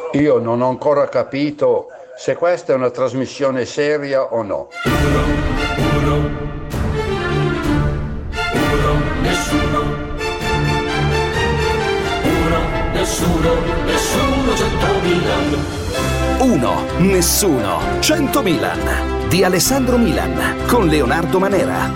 Io non ho ancora capito se questa è una trasmissione seria o no. Nessuno 100 Milan. Uno, nessuno 100 Milan di Alessandro Milan con Leonardo Manera.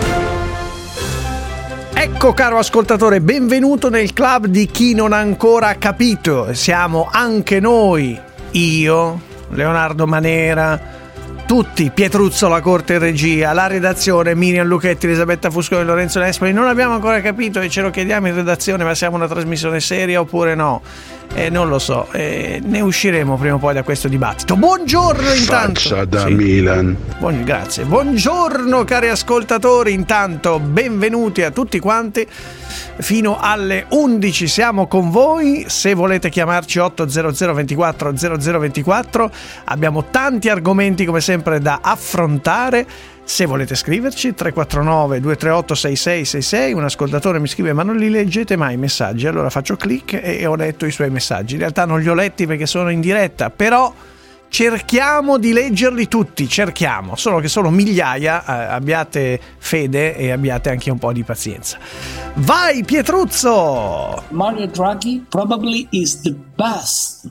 Ecco, caro ascoltatore, benvenuto nel club di chi non ha ancora capito. Siamo anche noi, io, Leonardo Manera, tutti, Pietruzzo, la corte in regia, la redazione, Miriam Lucchetti, Elisabetta Fusconi, Lorenzo Nespoli. Non abbiamo ancora capito e ce lo chiediamo in redazione, ma siamo una trasmissione seria oppure no? Non lo so, ne usciremo prima o poi da questo dibattito. Buongiorno intanto. Faccia da Milan. Grazie. Buongiorno cari ascoltatori, intanto benvenuti a tutti quanti. Fino alle 11 siamo con voi. Se volete chiamarci 800 24 0024, abbiamo tanti argomenti come sempre da affrontare. Se volete scriverci 349 238 6666. Un ascoltatore mi scrive: ma non li leggete mai i messaggi? Allora faccio clic e ho letto i suoi messaggi. In realtà non li ho letti perché sono in diretta, però cerchiamo di leggerli tutti, cerchiamo, solo che sono migliaia, abbiate fede e abbiate anche un po' di pazienza. Vai Pietruzzo! Mario Draghi probably is the best.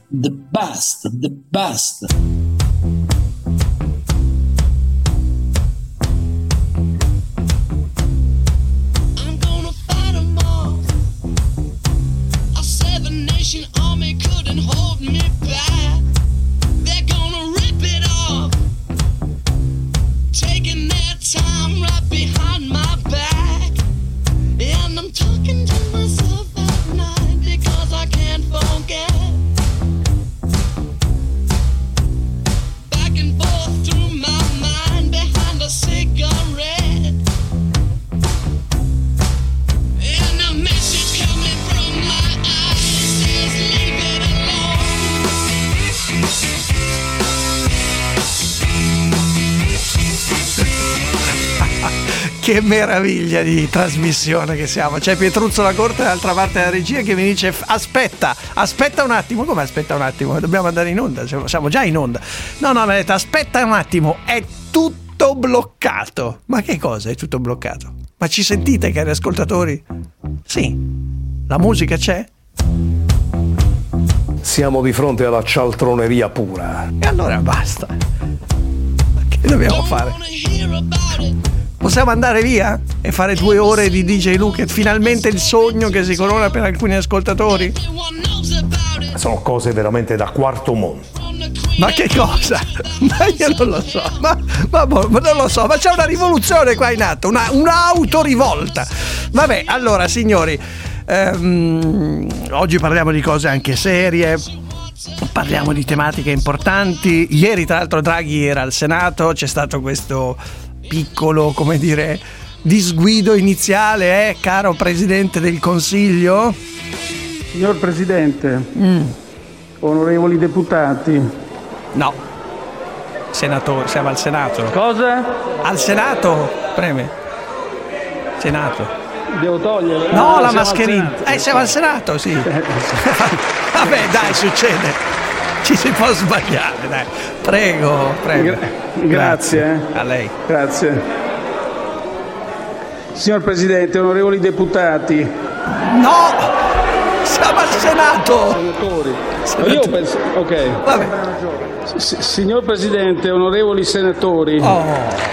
Army couldn't hold me back. They're gonna rip it off, taking their time right behind my back. And I'm talking to myself at night because I can't forget. Back and forth through my mind behind a cigarette. And a message coming from my eyes says leave it alone. Che meraviglia di trasmissione che siamo. C'è Pietruzzo la corte dall'altra parte della regia che mi dice aspetta un attimo. Come aspetta un attimo? Dobbiamo andare in onda, siamo già in onda. No, mi ha detto aspetta un attimo, è tutto bloccato. Ma che cosa è tutto bloccato? Ma ci sentite cari ascoltatori? Sì, la musica c'è? Siamo di fronte alla cialtroneria pura. E allora basta. Che dobbiamo fare? Possiamo andare via e fare 2 ore di DJ Luke? Finalmente il sogno che si corona per alcuni ascoltatori? Sono cose veramente da quarto mondo. Ma che cosa? Ma io non lo so. Ma non lo so. Ma c'è una rivoluzione qua in atto, un'autorivolta. Vabbè, allora signori, oggi parliamo di cose anche serie. Parliamo di tematiche importanti. Ieri tra l'altro Draghi era al Senato, c'è stato questo piccolo, come dire, disguido iniziale, caro Presidente del Consiglio? Signor Presidente, onorevoli deputati. No, senatore, siamo al Senato. Cosa? Al Senato, preme. Senato. Devo togliere? No, la mascherina. Siamo al Senato, sì. Vabbè, dai, succede. Ci si può sbagliare, dai. Prego. Grazie. A lei. Grazie. Signor Presidente, onorevoli deputati. No! Siamo al Senato! Senatori. Io penso. Ok. Vabbè. Signor Presidente, onorevoli senatori. Oh.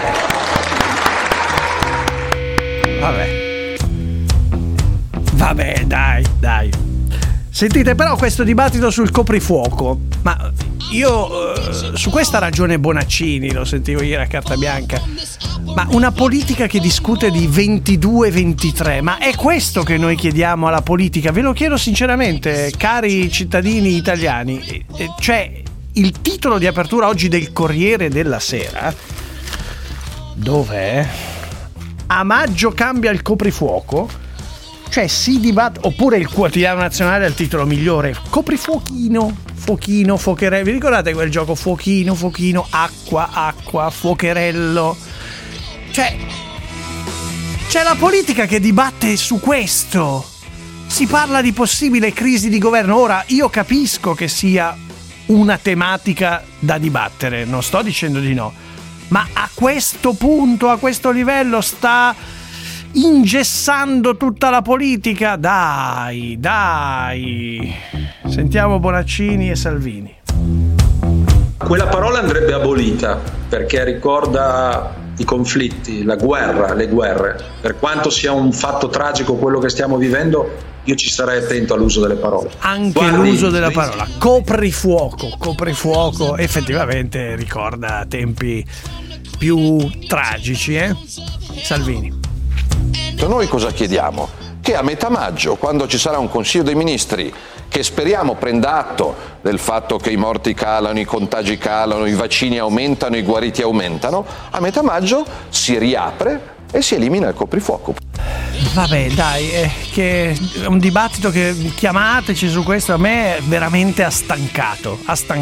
Vabbè, dai. Sentite, però questo dibattito sul coprifuoco, ma io su questa ragione Bonaccini, lo sentivo ieri a Carta Bianca, ma una politica che discute di 22-23, ma è questo che noi chiediamo alla politica? Ve lo chiedo sinceramente, cari cittadini italiani. Cioè, il titolo di apertura oggi del Corriere della Sera, dov'è? A maggio cambia il coprifuoco. Cioè si dibatte, oppure il Quotidiano Nazionale ha il titolo migliore: coprifuochino, fuocherello. Vi ricordate quel gioco fuochino, acqua, fuocherello? Cioè c'è la politica che dibatte su questo. Si parla di possibile crisi di governo. Ora io capisco che sia una tematica da dibattere, non sto dicendo di no, ma a questo punto, a questo livello sta ingessando tutta la politica? Dai, sentiamo Bonaccini e Salvini. Quella parola andrebbe abolita perché ricorda i conflitti, la guerra, le guerre. Per quanto sia un fatto tragico quello che stiamo vivendo, io ci sarei attento all'uso delle parole. Anche l'uso della parola coprifuoco effettivamente ricorda tempi più tragici, Salvini. Noi cosa chiediamo? Che a metà maggio, quando ci sarà un Consiglio dei Ministri che speriamo prenda atto del fatto che i morti calano, i contagi calano, i vaccini aumentano, i guariti aumentano, a metà maggio si riapre e si elimina il coprifuoco. Vabbè, dai, che è un dibattito che chiamateci su questo, a me veramente ha stancato.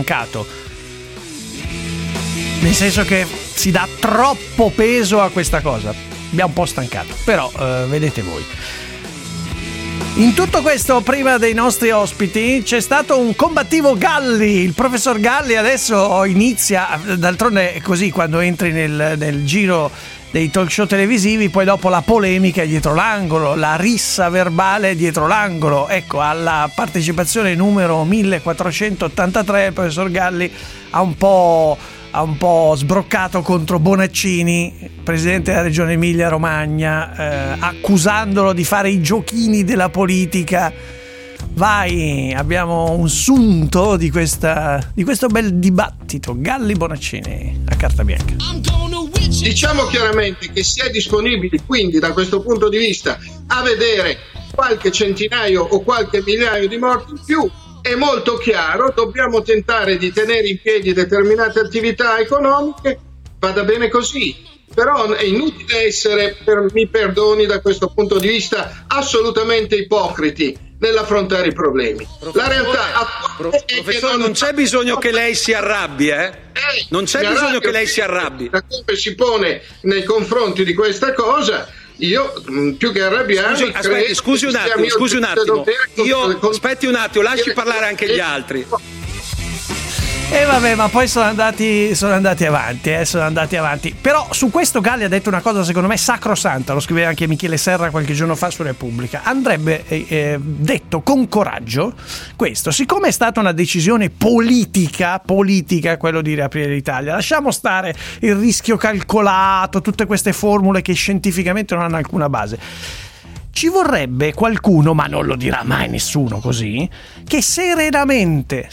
Nel senso che si dà troppo peso a questa cosa. Mi ha un po' stancato, però vedete voi. In tutto questo, prima dei nostri ospiti, c'è stato un combattivo Galli. Il professor Galli adesso inizia, d'altronde è così quando entri nel giro dei talk show televisivi, poi dopo la polemica è dietro l'angolo, la rissa verbale dietro l'angolo. Ecco, alla partecipazione numero 1483 il professor Galli ha un po' sbroccato contro Bonaccini, presidente della regione Emilia-Romagna, accusandolo di fare i giochini della politica. Vai, abbiamo un sunto di questo bel dibattito. Galli-Bonaccini a carta bianca. Diciamo chiaramente che si è disponibili quindi da questo punto di vista a vedere qualche centinaio o qualche migliaio di morti in più. È molto chiaro, dobbiamo tentare di tenere in piedi determinate attività economiche, vada bene così, però è inutile essere, mi perdoni da questo punto di vista, assolutamente ipocriti nell'affrontare i problemi. La realtà professore, non c'è bisogno che lei si arrabbi, non c'è bisogno che lei si arrabbi. Come si pone nei confronti di questa cosa? Io più che arrabbiarmi, scusi un attimo. Aspetti un attimo, lasci parlare anche gli altri. Vabbè, ma poi sono andati avanti. Però su questo Galli ha detto una cosa secondo me sacrosanta, lo scriveva anche Michele Serra qualche giorno fa su Repubblica. Andrebbe detto con coraggio questo: siccome è stata una decisione politica quello di riaprire l'Italia, lasciamo stare il rischio calcolato, tutte queste formule che scientificamente non hanno alcuna base. Ci vorrebbe qualcuno, ma non lo dirà mai nessuno così, che serenamente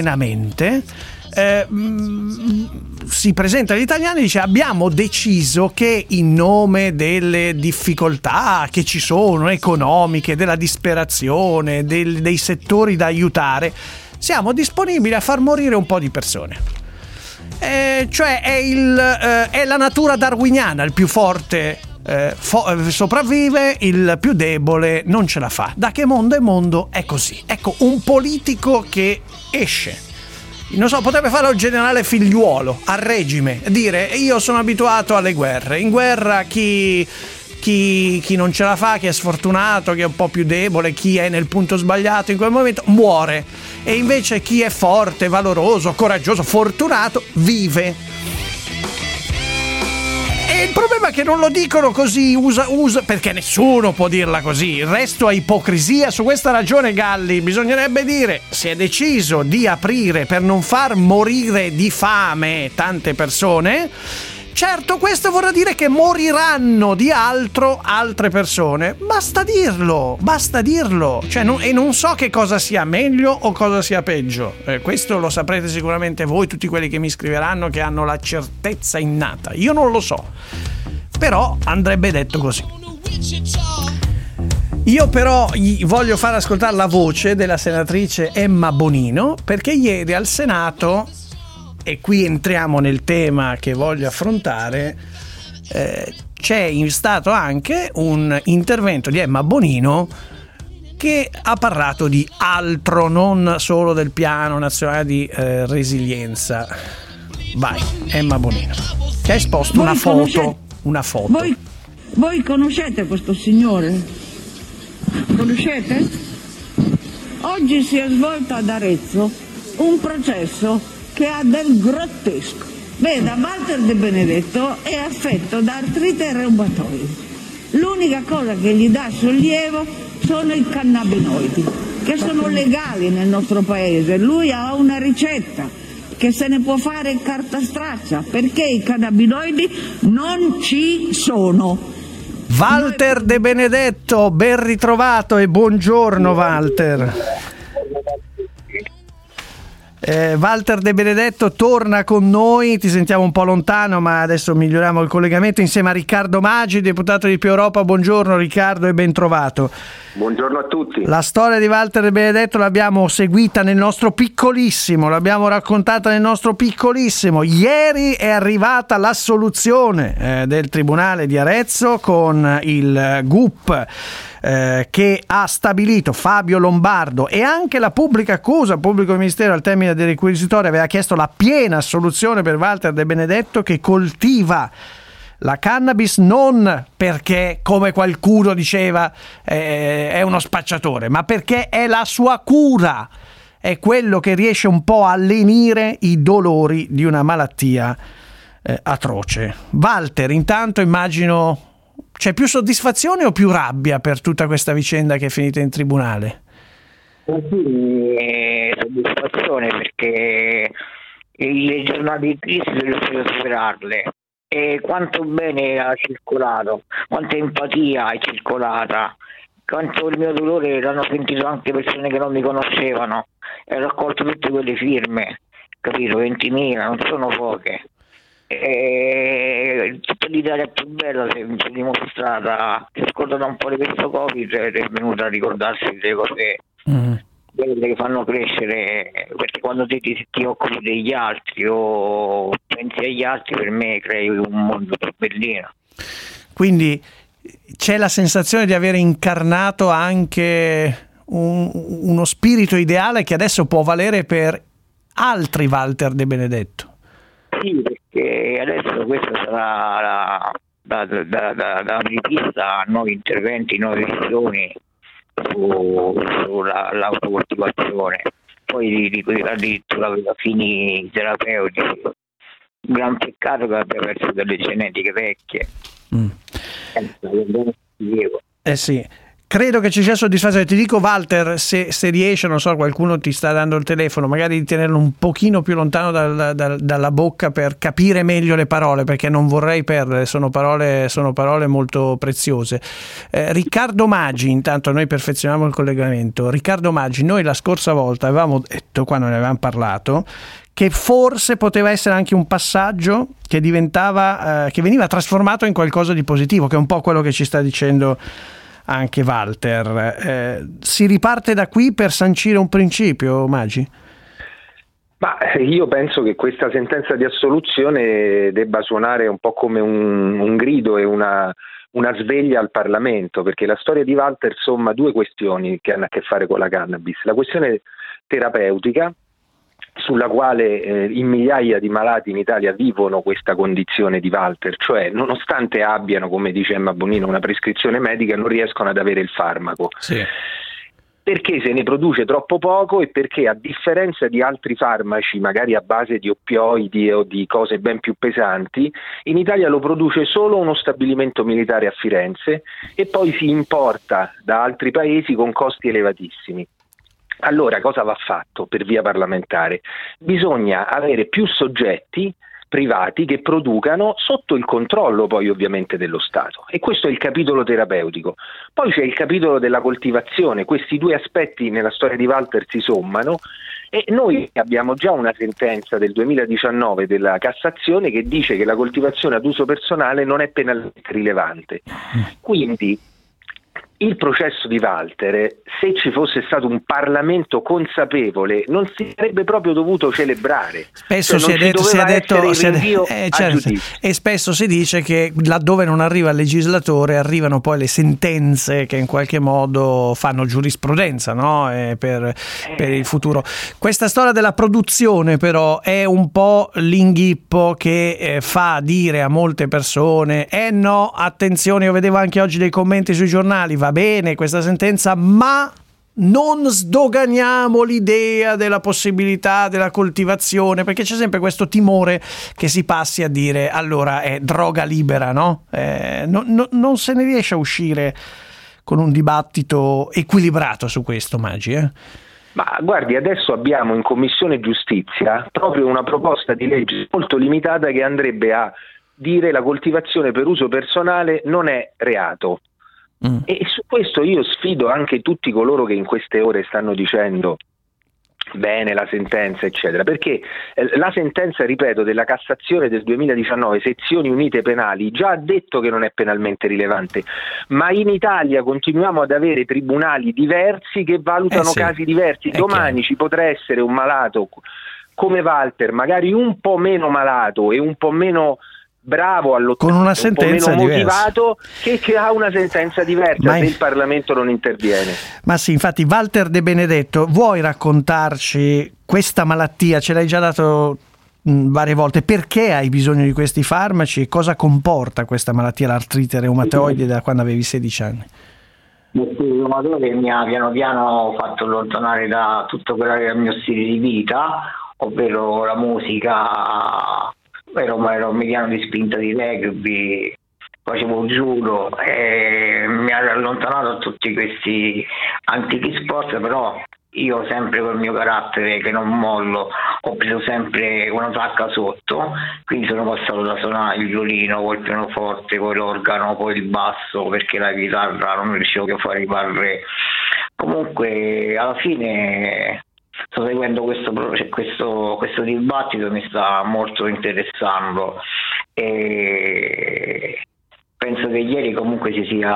si presenta agli italiani e dice: abbiamo deciso che in nome delle difficoltà che ci sono economiche, della disperazione, dei settori da aiutare, siamo disponibili a far morire un po' di persone. Cioè è la natura darwiniana, il più forte sopravvive, il più debole non ce la fa. Da che mondo è mondo è così. Ecco, un politico che esce, non so, potrebbe farlo il generale Figliuolo al regime, dire: io sono abituato alle guerre, in guerra chi non ce la fa, chi è sfortunato, chi è un po' più debole, chi è nel punto sbagliato in quel momento muore, e invece chi è forte, valoroso, coraggioso, fortunato vive. E il problema è che non lo dicono così, usa, perché nessuno può dirla così, il resto è ipocrisia. Su questa ragione, Galli, bisognerebbe dire: si è deciso di aprire per non far morire di fame tante persone. Certo, questo vorrà dire che moriranno di altro altre persone. Basta dirlo. Cioè, e non so che cosa sia meglio o cosa sia peggio. Questo lo saprete sicuramente voi, tutti quelli che mi scriveranno, che hanno la certezza innata. Io non lo so. Però andrebbe detto così. Io però voglio far ascoltare la voce della senatrice Emma Bonino, perché ieri al Senato, e qui entriamo nel tema che voglio affrontare, c'è stato anche un intervento di Emma Bonino che ha parlato di altro, non solo del piano nazionale di resilienza. Vai, Emma Bonino, che ha esposto una foto. Voi conoscete questo signore? Conoscete? Oggi si è svolto ad Arezzo un processo che ha del grottesco. Veda, Walter De Benedetto è affetto da artrite reumatoide. L'unica cosa che gli dà sollievo sono i cannabinoidi, che sono legali nel nostro paese. Lui ha una ricetta che se ne può fare carta straccia, perché i cannabinoidi non ci sono. Walter De Benedetto, ben ritrovato e buongiorno Walter. Walter De Benedetto torna con noi, ti sentiamo un po' lontano ma adesso miglioriamo il collegamento insieme a Riccardo Maggi, deputato di Più Europa. Buongiorno Riccardo e ben trovato. Buongiorno a tutti. La storia di Walter De Benedetto l'abbiamo seguita nel nostro piccolissimo, l'abbiamo raccontata nel nostro piccolissimo. Ieri è arrivata l'assoluzione del Tribunale di Arezzo con il GUP che ha stabilito Fabio Lombardo, e anche la pubblica accusa, pubblico ministero al termine dei requisitori aveva chiesto la piena assoluzione per Walter De Benedetto, che coltiva la cannabis non perché, come qualcuno diceva, è uno spacciatore, ma perché è la sua cura, è quello che riesce un po' a lenire i dolori di una malattia atroce. Walter, intanto immagino c'è più soddisfazione o più rabbia per tutta questa vicenda che è finita in tribunale? Soddisfazione, perché le giornate di crisi sono riuscito a superarle, e quanto bene ha circolato, quanta empatia è circolata, quanto il mio dolore l'hanno sentito anche persone che non mi conoscevano, e ho raccolto tutte quelle firme, capito? 20.000, non sono poche. E tutta l'Italia più bella si è dimostrata, si è scordata un po' di questo Covid ed è venuta a ricordarsi delle cose belle che fanno crescere, perché quando ti occupi degli altri o pensi agli altri, per me crei un mondo più bellino. Quindi c'è la sensazione di aver incarnato anche uno spirito ideale che adesso può valere per altri Walter De Benedetto. Sì, perché adesso questa sarà la ripista a nuovi interventi, nuove visioni sull'autocoltivazione, poi addirittura per fini terapeutici. Un gran peccato che abbia perso delle genetiche vecchie. Sì. Credo che ci sia soddisfazione. Ti dico Walter, se riesce, non so, qualcuno ti sta dando il telefono, magari di tenerlo un pochino più lontano dalla bocca per capire meglio le parole, perché non vorrei perdere, sono parole molto preziose. Riccardo Maggi, intanto noi perfezioniamo il collegamento. Riccardo Maggi, noi la scorsa volta avevamo detto, quando ne avevamo parlato, che forse poteva essere anche un passaggio che veniva trasformato in qualcosa di positivo, che è un po' quello che ci sta dicendo anche Walter. Si riparte da qui per sancire un principio, Maggi? Ma io penso che questa sentenza di assoluzione debba suonare un po' come un grido e una sveglia al Parlamento, perché la storia di Walter somma due questioni che hanno a che fare con la cannabis: la questione terapeutica, sulla quale in migliaia di malati in Italia vivono questa condizione di Walter, cioè nonostante abbiano, come dice Emma Bonino, una prescrizione medica, non riescono ad avere il farmaco. Sì. Perché se ne produce troppo poco e perché, a differenza di altri farmaci, magari a base di oppioidi o di cose ben più pesanti, in Italia lo produce solo uno stabilimento militare a Firenze e poi si importa da altri paesi con costi elevatissimi. Allora cosa va fatto per via parlamentare? Bisogna avere più soggetti privati che producano sotto il controllo poi ovviamente dello Stato, e questo è il capitolo terapeutico. Poi c'è il capitolo della coltivazione. Questi due aspetti nella storia di Walter si sommano e noi abbiamo già una sentenza del 2019 della Cassazione che dice che la coltivazione ad uso personale non è penalmente rilevante. Quindi il processo di Walter, se ci fosse stato un Parlamento consapevole, non si sarebbe proprio dovuto celebrare. Spesso si è detto e spesso si dice che laddove non arriva il legislatore arrivano poi le sentenze che in qualche modo fanno giurisprudenza, no? Per il futuro. Questa storia della produzione però è un po' l'inghippo che fa dire a molte persone no, attenzione, io vedevo anche oggi dei commenti sui giornali, va bene questa sentenza, ma non sdoganiamo l'idea della possibilità della coltivazione, perché c'è sempre questo timore che si passi a dire allora è droga libera, no? Non se ne riesce a uscire con un dibattito equilibrato su questo, Maggi, Ma guardi, adesso abbiamo in Commissione Giustizia proprio una proposta di legge molto limitata che andrebbe a dire la coltivazione per uso personale non è reato. E su questo io sfido anche tutti coloro che in queste ore stanno dicendo bene la sentenza eccetera, perché la sentenza, ripeto, della Cassazione del 2019 sezioni unite penali già ha detto che non è penalmente rilevante, ma in Italia continuiamo ad avere tribunali diversi che valutano casi diversi. Domani ci potrà essere un malato come Walter, magari un po' meno malato e un po' meno bravo con una sentenza un po' meno motivato diversa, che ha una sentenza diversa se il Parlamento non interviene. Ma sì, infatti, Walter De Benedetto, vuoi raccontarci questa malattia? Ce l'hai già dato varie volte. Perché hai bisogno di questi farmaci e cosa comporta questa malattia, l'artrite reumatoide, da quando avevi 16 anni? L'artrite reumatoide mi ha piano piano fatto allontanare da tutto quello che era il mio stile di vita, ovvero la musica. Ero mediano di spinta di rugby, facevo judo e mi ha allontanato da tutti questi antichi sport, però io sempre col mio carattere che non mollo ho preso sempre una tacca sotto, quindi sono passato da suonare il violino, col pianoforte, poi l'organo, poi il basso, perché la chitarra non riuscivo più a fare i barré. Comunque alla fine sto seguendo questo dibattito, mi sta molto interessando e penso che ieri comunque si sia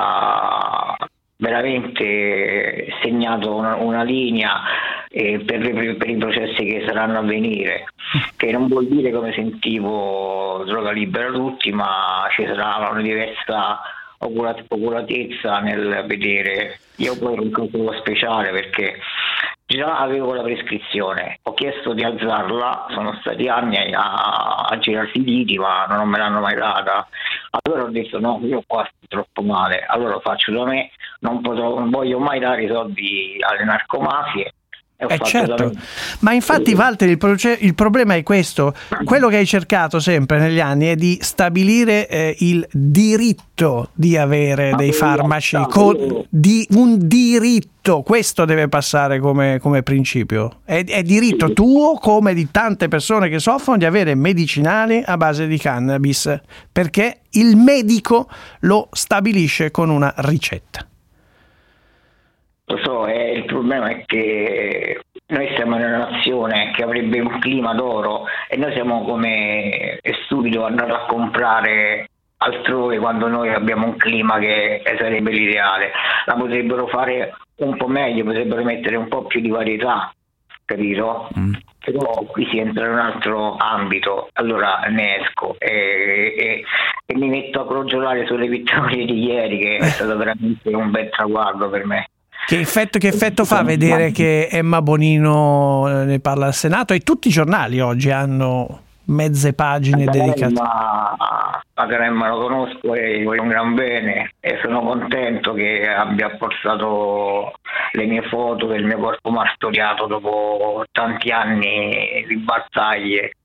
veramente segnato una linea per i processi che saranno a venire, che non vuol dire, come sentivo, droga libera tutti, ma ci sarà una diversa oculatezza nel vedere. Io poi ero un caso speciale perché già avevo la prescrizione, ho chiesto di alzarla, sono stati anni a girarsi i diti ma non me l'hanno mai data. Allora ho detto no, io qua sto troppo male, allora lo faccio da me, non voglio mai dare i soldi alle narcomafie. Certo, ma infatti Walter, il problema è questo: quello che hai cercato sempre negli anni è di stabilire il diritto di avere dei farmaci, di un diritto. Questo deve passare come principio, è diritto tuo come di tante persone che soffrono di avere medicinali a base di cannabis, perché il medico lo stabilisce con una ricetta. Lo so, il problema è che noi siamo in una nazione che avrebbe un clima d'oro e noi siamo come stupido andare a comprare altrove quando noi abbiamo un clima che sarebbe l'ideale. La potrebbero fare un po' meglio, potrebbero mettere un po' più di varietà, capito? Però qui si entra in un altro ambito, allora ne esco e mi metto a crogiolare sulle vittorie di ieri, che è stato veramente un bel traguardo per me. Che effetto fa vedere che Emma Bonino ne parla al Senato e tutti i giornali oggi hanno mezze pagine dedicate? La Caremma lo conosco e voglio un gran bene e sono contento che abbia portato le mie foto del mio corpo martoriato dopo tanti anni di battaglie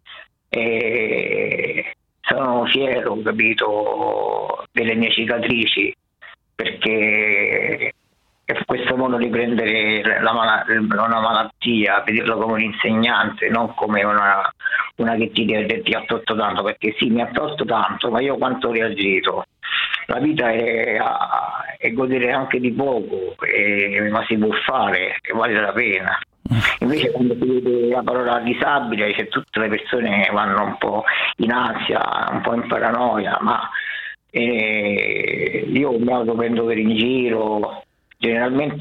e sono fiero, capito, delle mie cicatrici, perché è questo modo di prendere una malattia, vederlo come un insegnante, non come una che ti ha tolto tanto, perché sì, mi ha tolto tanto, ma io quanto ho reagito. La vita è godere anche di poco, ma si può fare e vale la pena. Invece quando si vede la parola disabile, cioè, tutte le persone vanno un po' in ansia, un po' in paranoia, ma io mi autoprendo per in giro. Generalmente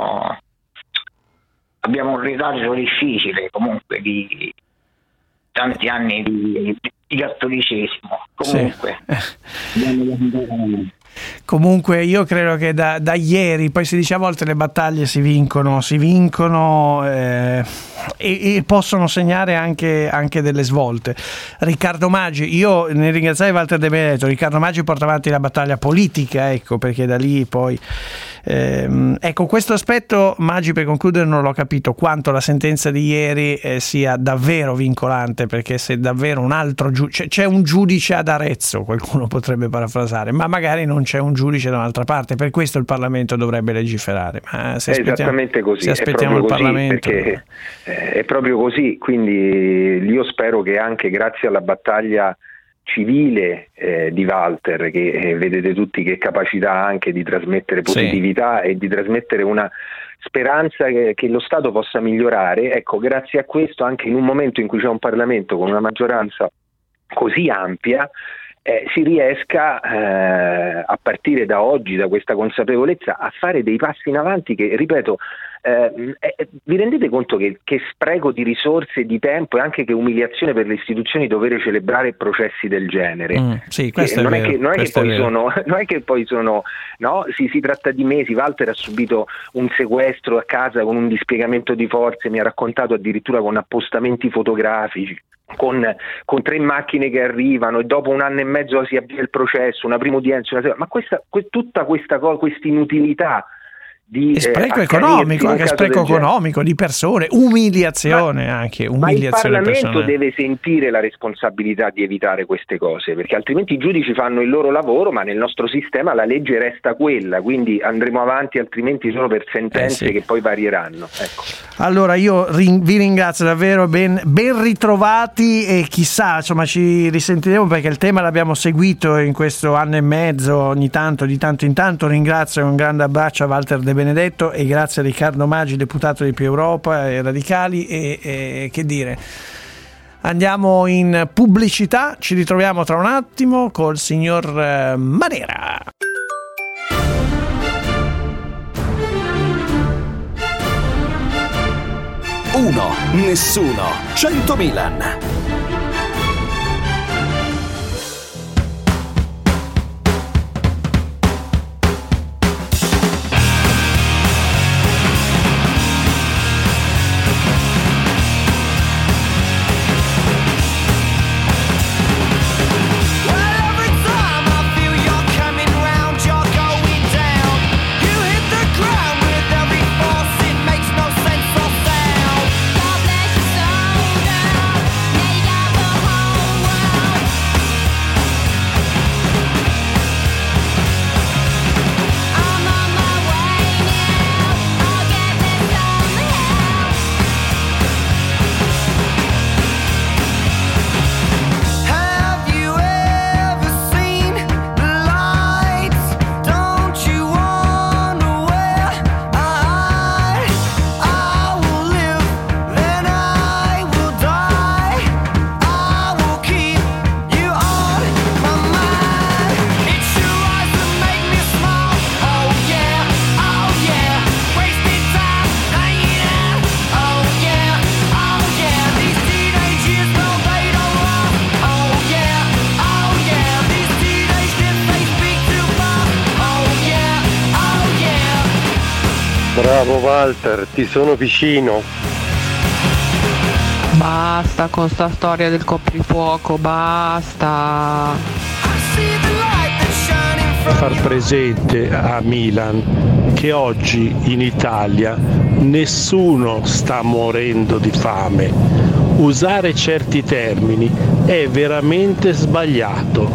abbiamo un retaggio difficile comunque di tanti anni di cattolicesimo. Comunque, sì. Comunque io credo che da ieri, poi si dice a volte le battaglie si vincono e possono segnare anche delle svolte. Riccardo Maggi, io nel ringraziare Walter De Benedetto, Riccardo Maggi porta avanti la battaglia politica, ecco, perché da lì poi Ecco, questo aspetto, Maggi, per concludere, non l'ho capito quanto la sentenza di ieri sia davvero vincolante, perché se davvero un altro c'è un giudice ad Arezzo, qualcuno potrebbe parafrasare, ma magari non c'è un giudice da un'altra parte, per questo il Parlamento dovrebbe legiferare. Ma se è esattamente così, se aspettiamo il Parlamento, perché è proprio così, quindi io spero che anche grazie alla battaglia civile di Walter, che vedete tutti che capacità anche di trasmettere positività e di trasmettere una speranza che lo Stato possa migliorare, ecco, grazie a questo, anche in un momento in cui c'è un Parlamento con una maggioranza così ampia, si riesca a partire da oggi, da questa consapevolezza, a fare dei passi in avanti che, ripeto, vi rendete conto che spreco di risorse e di tempo e anche che umiliazione per le istituzioni dover celebrare processi del genere? Sì, questo non è che poi sono no, si tratta di mesi. Walter ha subito un sequestro a casa con un dispiegamento di forze, mi ha raccontato addirittura con appostamenti fotografici, con 3 macchine che arrivano, e dopo 1 anno e mezzo si avvia il processo, una prima udienza, ma tutta questa inutilità di spreco economico, anche spreco economico di persone, umiliazione ma il Parlamento deve sentire la responsabilità di evitare queste cose, perché altrimenti i giudici fanno il loro lavoro, ma nel nostro sistema la legge resta quella, quindi andremo avanti altrimenti solo per sentenze che poi varieranno. Ecco. Allora io vi ringrazio davvero, ben ritrovati, e chissà, insomma, ci risentiremo, perché il tema l'abbiamo seguito in questo anno e mezzo, ogni tanto, di tanto in tanto. Ringrazio, un grande abbraccio a Walter De Benedetto, e grazie a Riccardo Maggi, deputato di Più Europa e Radicali, e che dire, andiamo in pubblicità, ci ritroviamo tra un attimo col signor Manera. Uno, nessuno, 100 Milan. Bravo Walter, ti sono vicino. Basta con sta storia del coprifuoco, basta. Far presente a Milan che oggi in Italia nessuno sta morendo di fame. Usare certi termini è veramente sbagliato.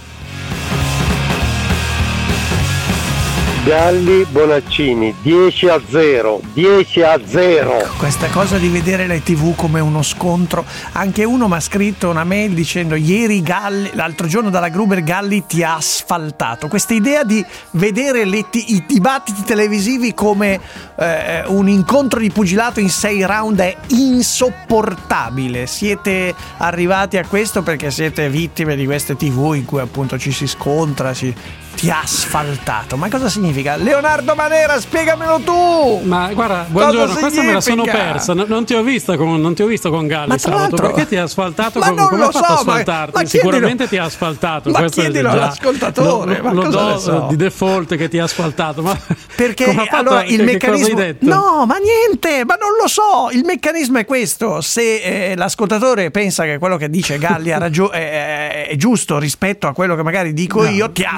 Galli Bonaccini 10-0. Questa cosa di vedere le TV come uno scontro, anche uno mi ha scritto una mail dicendo ieri Galli, l'altro giorno dalla Gruber, Galli ti ha asfaltato. Questa idea di vedere i dibattiti televisivi come un incontro di pugilato in 6 round è insopportabile. Siete arrivati a questo perché siete vittime di queste TV in cui appunto ci si scontra, ti ha asfaltato. Ma cosa significa? Leonardo Manera, spiegamelo tu! Ma guarda, buongiorno, questa me la sono persa. Non ti ho visto con Galli sabato. Perché ti ha asfaltato? Ma non come lo ha fatto so, a asfaltarti? ma Sicuramente ti ha asfaltato. Ma questo chiedilo è già, all'ascoltatore. Lo do di default che ti ha asfaltato. Ma perché allora il meccanismo. Cosa hai detto? No, ma niente, ma non lo so. Il meccanismo è questo: se l'ascoltatore pensa che quello che dice Galli ha ragione, è giusto rispetto a quello che magari dico io, ti ha asfaltato.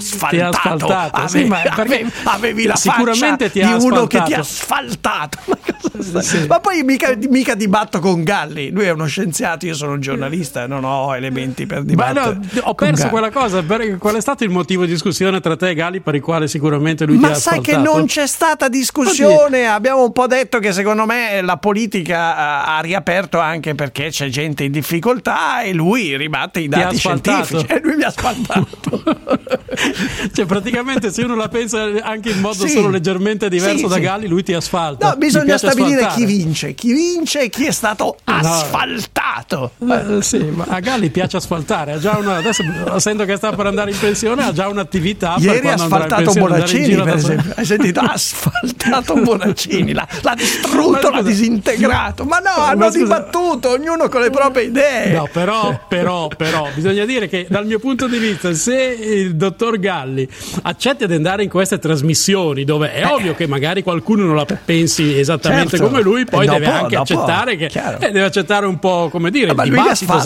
asfaltato. Sì, ma avevi la sicuramente faccia di uno che ti ha asfaltato. Ma poi mica dibatto con Galli, lui è uno scienziato, io sono un giornalista, non ho elementi per dibattere. Ma no, ho perso quella cosa. Qual è stato il motivo di discussione tra te e Galli per il quale sicuramente lui ti ha asfaltato? Ma sai che non c'è stata discussione, abbiamo un po' detto che secondo me la politica ha riaperto anche perché c'è gente in difficoltà e lui ribatte i dati scientifici e lui mi ha asfaltato. Cioè praticamente se uno la pensa anche in modo solo leggermente diverso da Galli, lui ti asfalta. No, bisogna stabilire chi vince e chi è stato asfaltato. Sì, ma a Galli piace asfaltare, ha già adesso sento che sta per andare in pensione, ha già un'attività. Ieri ha asfaltato Bonaccini, per esempio. Hai sentito? Ha asfaltato Bonaccini, l'ha distrutto, l'ha disintegrato. Ma no, hanno dibattuto, ognuno con le proprie idee. No, però bisogna dire che dal mio punto di vista, se il dottor Galli accetta di andare in queste trasmissioni dove è ovvio che magari qualcuno non la pensi esattamente come lui, poi deve anche accettare che deve accettare un po', come dire, il dibattito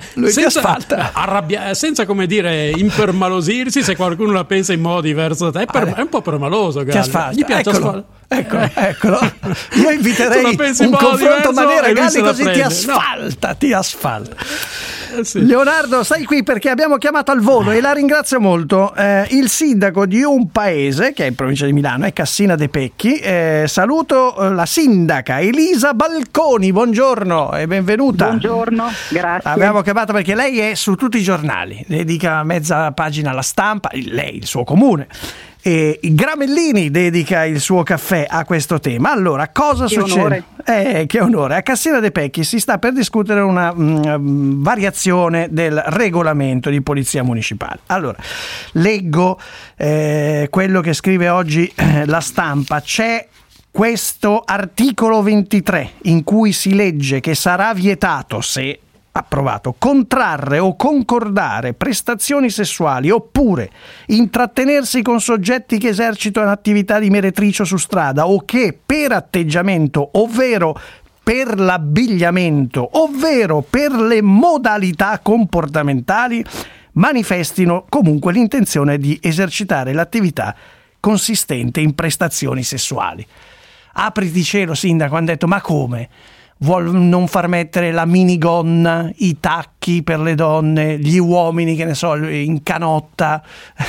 senza come dire impermalosirsi se qualcuno la pensa in modo diverso da te. È un po' permaloso Galli. Gli piace asfaltare. Eccolo. Io inviterei un confronto maniera Galli, così ti asfalta. Sì. Leonardo, stai qui perché abbiamo chiamato al volo e la ringrazio molto il sindaco di un paese che è in provincia di Milano, è Cassina de' Pecchi. Saluto la sindaca Elisa Balconi, buongiorno e benvenuta. Buongiorno, grazie. Abbiamo chiamato perché lei è su tutti i giornali, dedica mezza pagina alla Stampa, lei, il suo comune. E Gramellini dedica il suo caffè a questo tema. Allora, cosa succede? Che onore. A Cassina de' Pecchi si sta per discutere una variazione del regolamento di polizia municipale. Allora, leggo quello che scrive oggi la Stampa. C'è questo articolo 23 in cui si legge che sarà vietato, se approvato, contrarre o concordare prestazioni sessuali oppure intrattenersi con soggetti che esercitano attività di meretricio su strada o che per atteggiamento ovvero per l'abbigliamento ovvero per le modalità comportamentali manifestino comunque l'intenzione di esercitare l'attività consistente in prestazioni sessuali. Apriti cielo, sindaco, hanno detto, ma come? Vuol non far mettere la minigonna, i tacchi per le donne, gli uomini, che ne so, in canotta?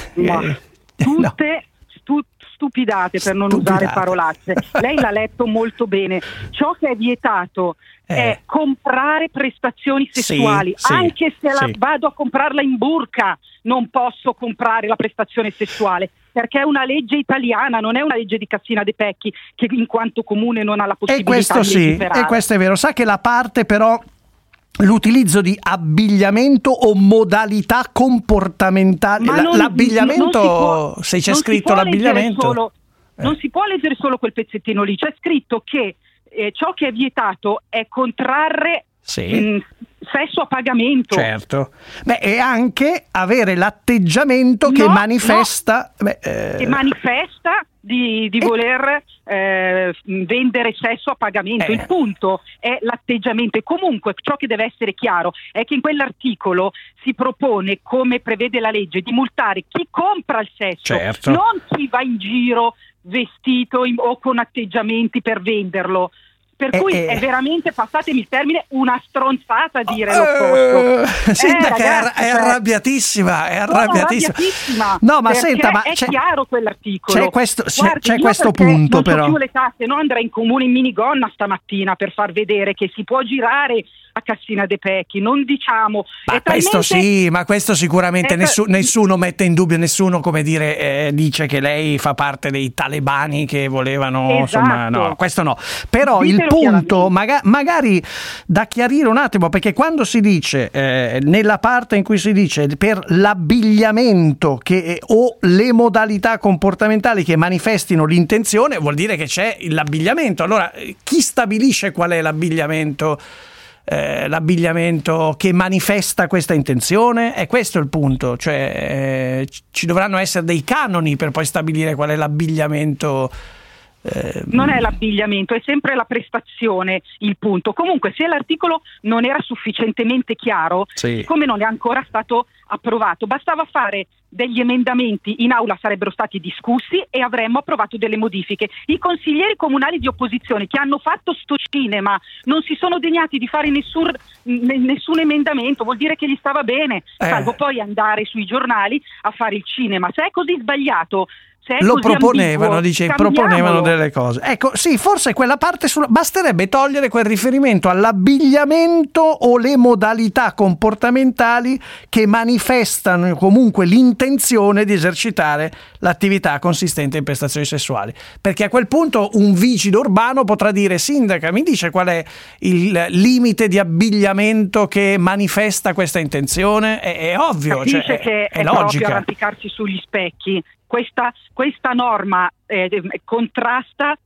Tutte stupidate, per non usare parolacce. Lei l'ha letto molto bene. Ciò che è vietato è comprare prestazioni sessuali. Anche se vado a comprarla in burka, non posso comprare la prestazione sessuale, perché è una legge italiana, non è una legge di Cassina de' Pecchi, che in quanto comune non ha la possibilità di legiferare. E questo è vero. Sa che la parte però l'utilizzo di abbigliamento o modalità comportamentali, l'abbigliamento, se c'è scritto l'abbigliamento non si può leggere solo quel pezzettino lì, c'è scritto che ciò che è vietato è contrarre sesso a pagamento. Certo. E anche avere l'atteggiamento che manifesta che manifesta di voler vendere sesso a pagamento. Il punto è l'atteggiamento, e comunque ciò che deve essere chiaro è che in quell'articolo si propone, come prevede la legge, di multare chi compra il sesso, non chi va in giro vestito o con atteggiamenti per venderlo. Per cui è veramente, passatemi il termine, una stronzata dire l'opposto. Sindaca, è arrabbiatissima, No, ma senta, ma è chiaro quell'articolo. C'è questo punto, però. Non so più le tasse, andrei in comune in minigonna stamattina per far vedere che si può girare a Cassina de' Pecchi, non diciamo. Ma questo sì, ma questo sicuramente nessuno mette in dubbio, nessuno, come dire, dice che lei fa parte dei talebani che volevano, insomma, no, questo no. Però il punto, magari da chiarire un attimo, perché quando si dice, nella parte in cui si dice per l'abbigliamento o le modalità comportamentali che manifestino l'intenzione, vuol dire che c'è l'abbigliamento. Allora, chi stabilisce qual è l'abbigliamento che manifesta questa intenzione? È questo il punto, cioè ci dovranno essere dei canoni per poi stabilire qual è l'abbigliamento. Non è l'abbigliamento, è sempre la prestazione il punto. Comunque, se l'articolo non era sufficientemente chiaro, come non è ancora stato approvato, bastava fare degli emendamenti, in aula sarebbero stati discussi e avremmo approvato delle modifiche. I consiglieri comunali di opposizione che hanno fatto sto cinema non si sono degnati di fare nessun emendamento, vuol dire che gli stava bene, salvo poi andare sui giornali a fare il cinema. Se è così sbagliato, lo proponevano, proponevano delle cose. Ecco, sì, forse quella parte basterebbe togliere quel riferimento all'abbigliamento o le modalità comportamentali che manifestano comunque l'intenzione di esercitare l'attività consistente in prestazioni sessuali, perché a quel punto un vigile urbano potrà dire: sindaca, mi dice qual è il limite di abbigliamento che manifesta questa intenzione? È ovvio, capisce che è logica. Proprio arrampicarsi sugli specchi. Questa norma contrasta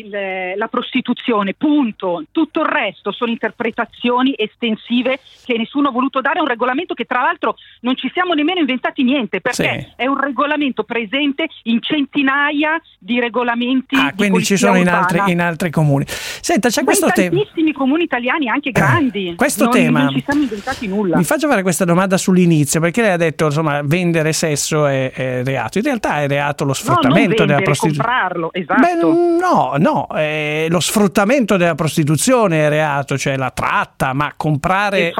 la prostituzione, punto. Tutto il resto sono interpretazioni estensive che nessuno ha voluto dare a un regolamento che tra l'altro non ci siamo nemmeno inventati niente, perché è un regolamento presente in centinaia di regolamenti di quindi ci sono in altri comuni. Senta, c'è questo tema, tantissimi comuni italiani, anche grandi, tema non ci siamo inventati nulla. Mi faccio fare questa domanda sull'inizio, perché lei ha detto, insomma, vendere sesso è reato. In realtà è reato lo sfruttamento della prostituzione. Comprarlo, esatto. No, lo sfruttamento della prostituzione è reato, cioè la tratta, ma comprare,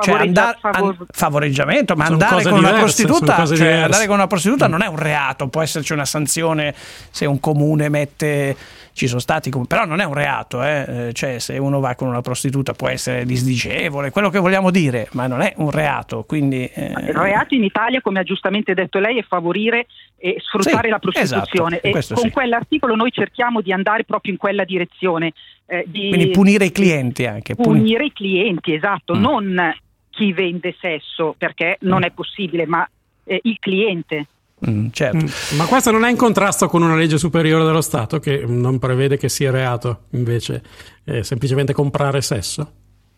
favoreggiamento, ma andare con una prostituta, andare con una prostituta non è un reato, può esserci una sanzione se un comune mette, ci sono stati, però non è un reato, cioè se uno va con una prostituta può essere disdicevole, quello che vogliamo dire, ma non è un reato, quindi il reato in Italia, come ha giustamente detto lei, è favorire e sfruttare la prostituzione, esatto, e con quell'articolo noi cerchiamo di andare proprio in quella direzione, quindi punire i clienti anche. Punire i clienti, esatto, non chi vende sesso, perché non è possibile, ma il cliente. Certo. Ma questo non è in contrasto con una legge superiore dello Stato che non prevede che sia reato invece semplicemente comprare sesso?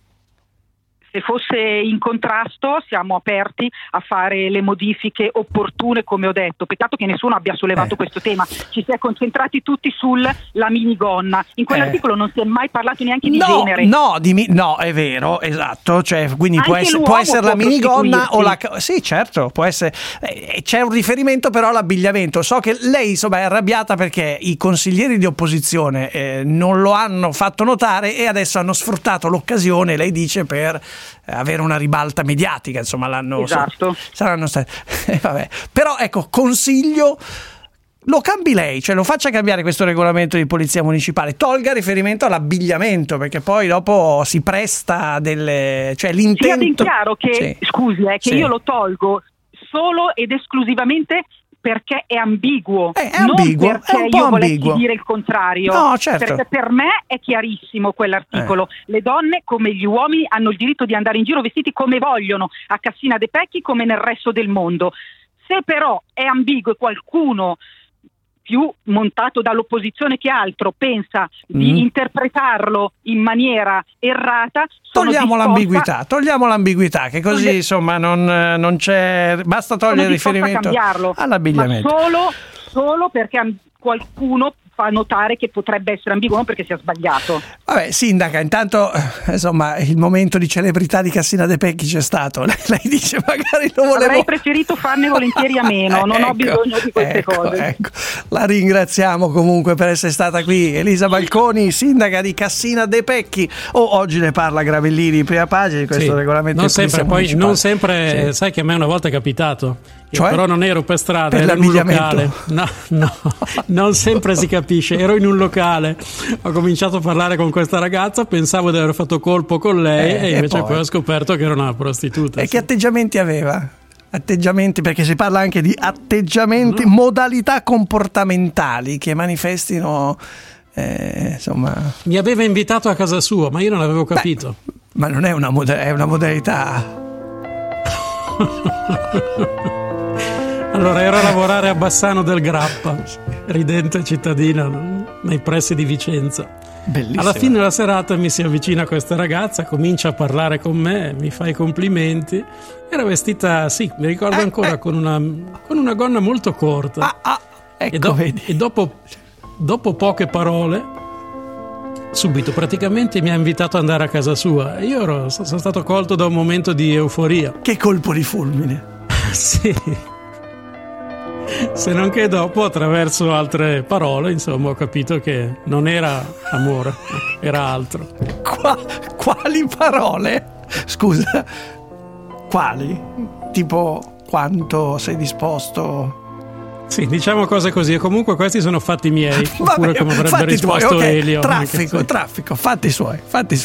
Se fosse in contrasto siamo aperti a fare le modifiche opportune, come ho detto. Peccato che nessuno abbia sollevato questo tema, ci si è concentrati tutti sulla minigonna. In quell'articolo non si è mai parlato neanche di genere. No, è vero, esatto, cioè, quindi può essere la minigonna o la... Sì, certo, può essere. C'è un riferimento però all'abbigliamento. So che lei, insomma, è arrabbiata perché i consiglieri di opposizione non lo hanno fatto notare e adesso hanno sfruttato l'occasione, lei dice, per avere una ribalta mediatica, insomma, saranno stati vabbè. Però ecco, consiglio, lo cambi lei, cioè lo faccia cambiare questo regolamento di polizia municipale, tolga riferimento all'abbigliamento, perché poi dopo si presta cioè l'intento. Sia ben chiaro che io lo tolgo solo ed esclusivamente perché è ambiguo, non perché io volessi dire il contrario. No, certo. Perché per me è chiarissimo quell'articolo. Le donne, come gli uomini, hanno il diritto di andare in giro vestiti come vogliono, a Cassina de' Pecchi come nel resto del mondo. Se però è ambiguo e qualcuno più montato dall'opposizione che altro pensa di interpretarlo in maniera errata, togliamo l'ambiguità, che così insomma non c'è, basta togliere il riferimento all'abbigliamento, ma solo perché qualcuno fa notare che potrebbe essere ambiguo, non perché sia sbagliato. Vabbè, sindaca, intanto insomma il momento di celebrità di Cassina de' Pecchi c'è stato. Lei dice magari lo volevo. Avrei preferito farne volentieri a meno, non ho bisogno di queste cose. Ecco. La ringraziamo comunque per essere stata qui, Elisa Balconi, sindaca di Cassina de' Pecchi. Oggi ne parla Gravellini, prima pagina di questo regolamento. Non sempre, sai che a me una volta è capitato. Cioè? Però non ero per strada, ero in un locale. No, non sempre si capisce. Ero in un locale, ho cominciato a parlare con questa ragazza, pensavo di aver fatto colpo con lei e invece poi ho scoperto che era una prostituta. E che atteggiamenti aveva? Perché si parla anche di atteggiamenti, modalità comportamentali che manifestino, insomma. Mi aveva invitato a casa sua, ma io non avevo capito. Ma non è una modalità. Allora, ero a lavorare a Bassano del Grappa, ridente cittadina nei pressi di Vicenza. Bellissimo. Alla fine della serata mi si avvicina questa ragazza, comincia a parlare con me, mi fa i complimenti. Era vestita, mi ricordo ancora, con una gonna molto corta. Ecco, e dopo poche parole, subito praticamente mi ha invitato ad andare a casa sua. Io sono stato colto da un momento di euforia. Che colpo di fulmine! sì. Se non che dopo, attraverso altre parole, insomma, ho capito che non era amore, era altro. Quali parole? Scusa, quali? Tipo, quanto sei disposto? Sì, diciamo cose così. E comunque questi sono fatti miei. Oppure Vabbè, come avrebbe fatti risposto tuoi, okay. Elio. Traffico, fatti suoi.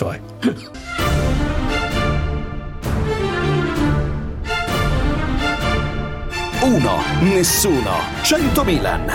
1, nessuno, 100 Milan.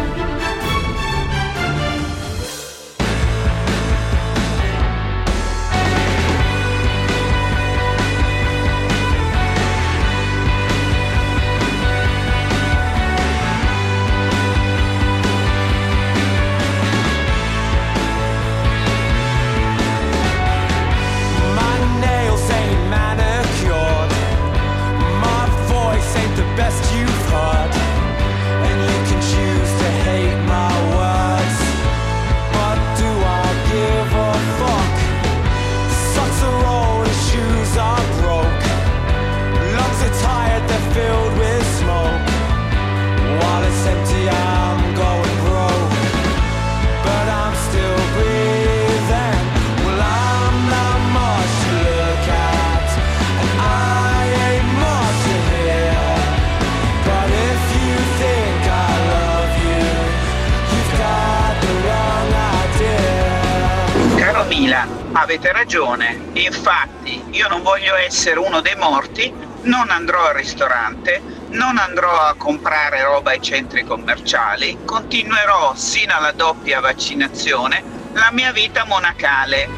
Avete ragione, infatti io non voglio essere uno dei morti, non andrò al ristorante, non andrò a comprare roba ai centri commerciali, continuerò sino alla doppia vaccinazione la mia vita monacale.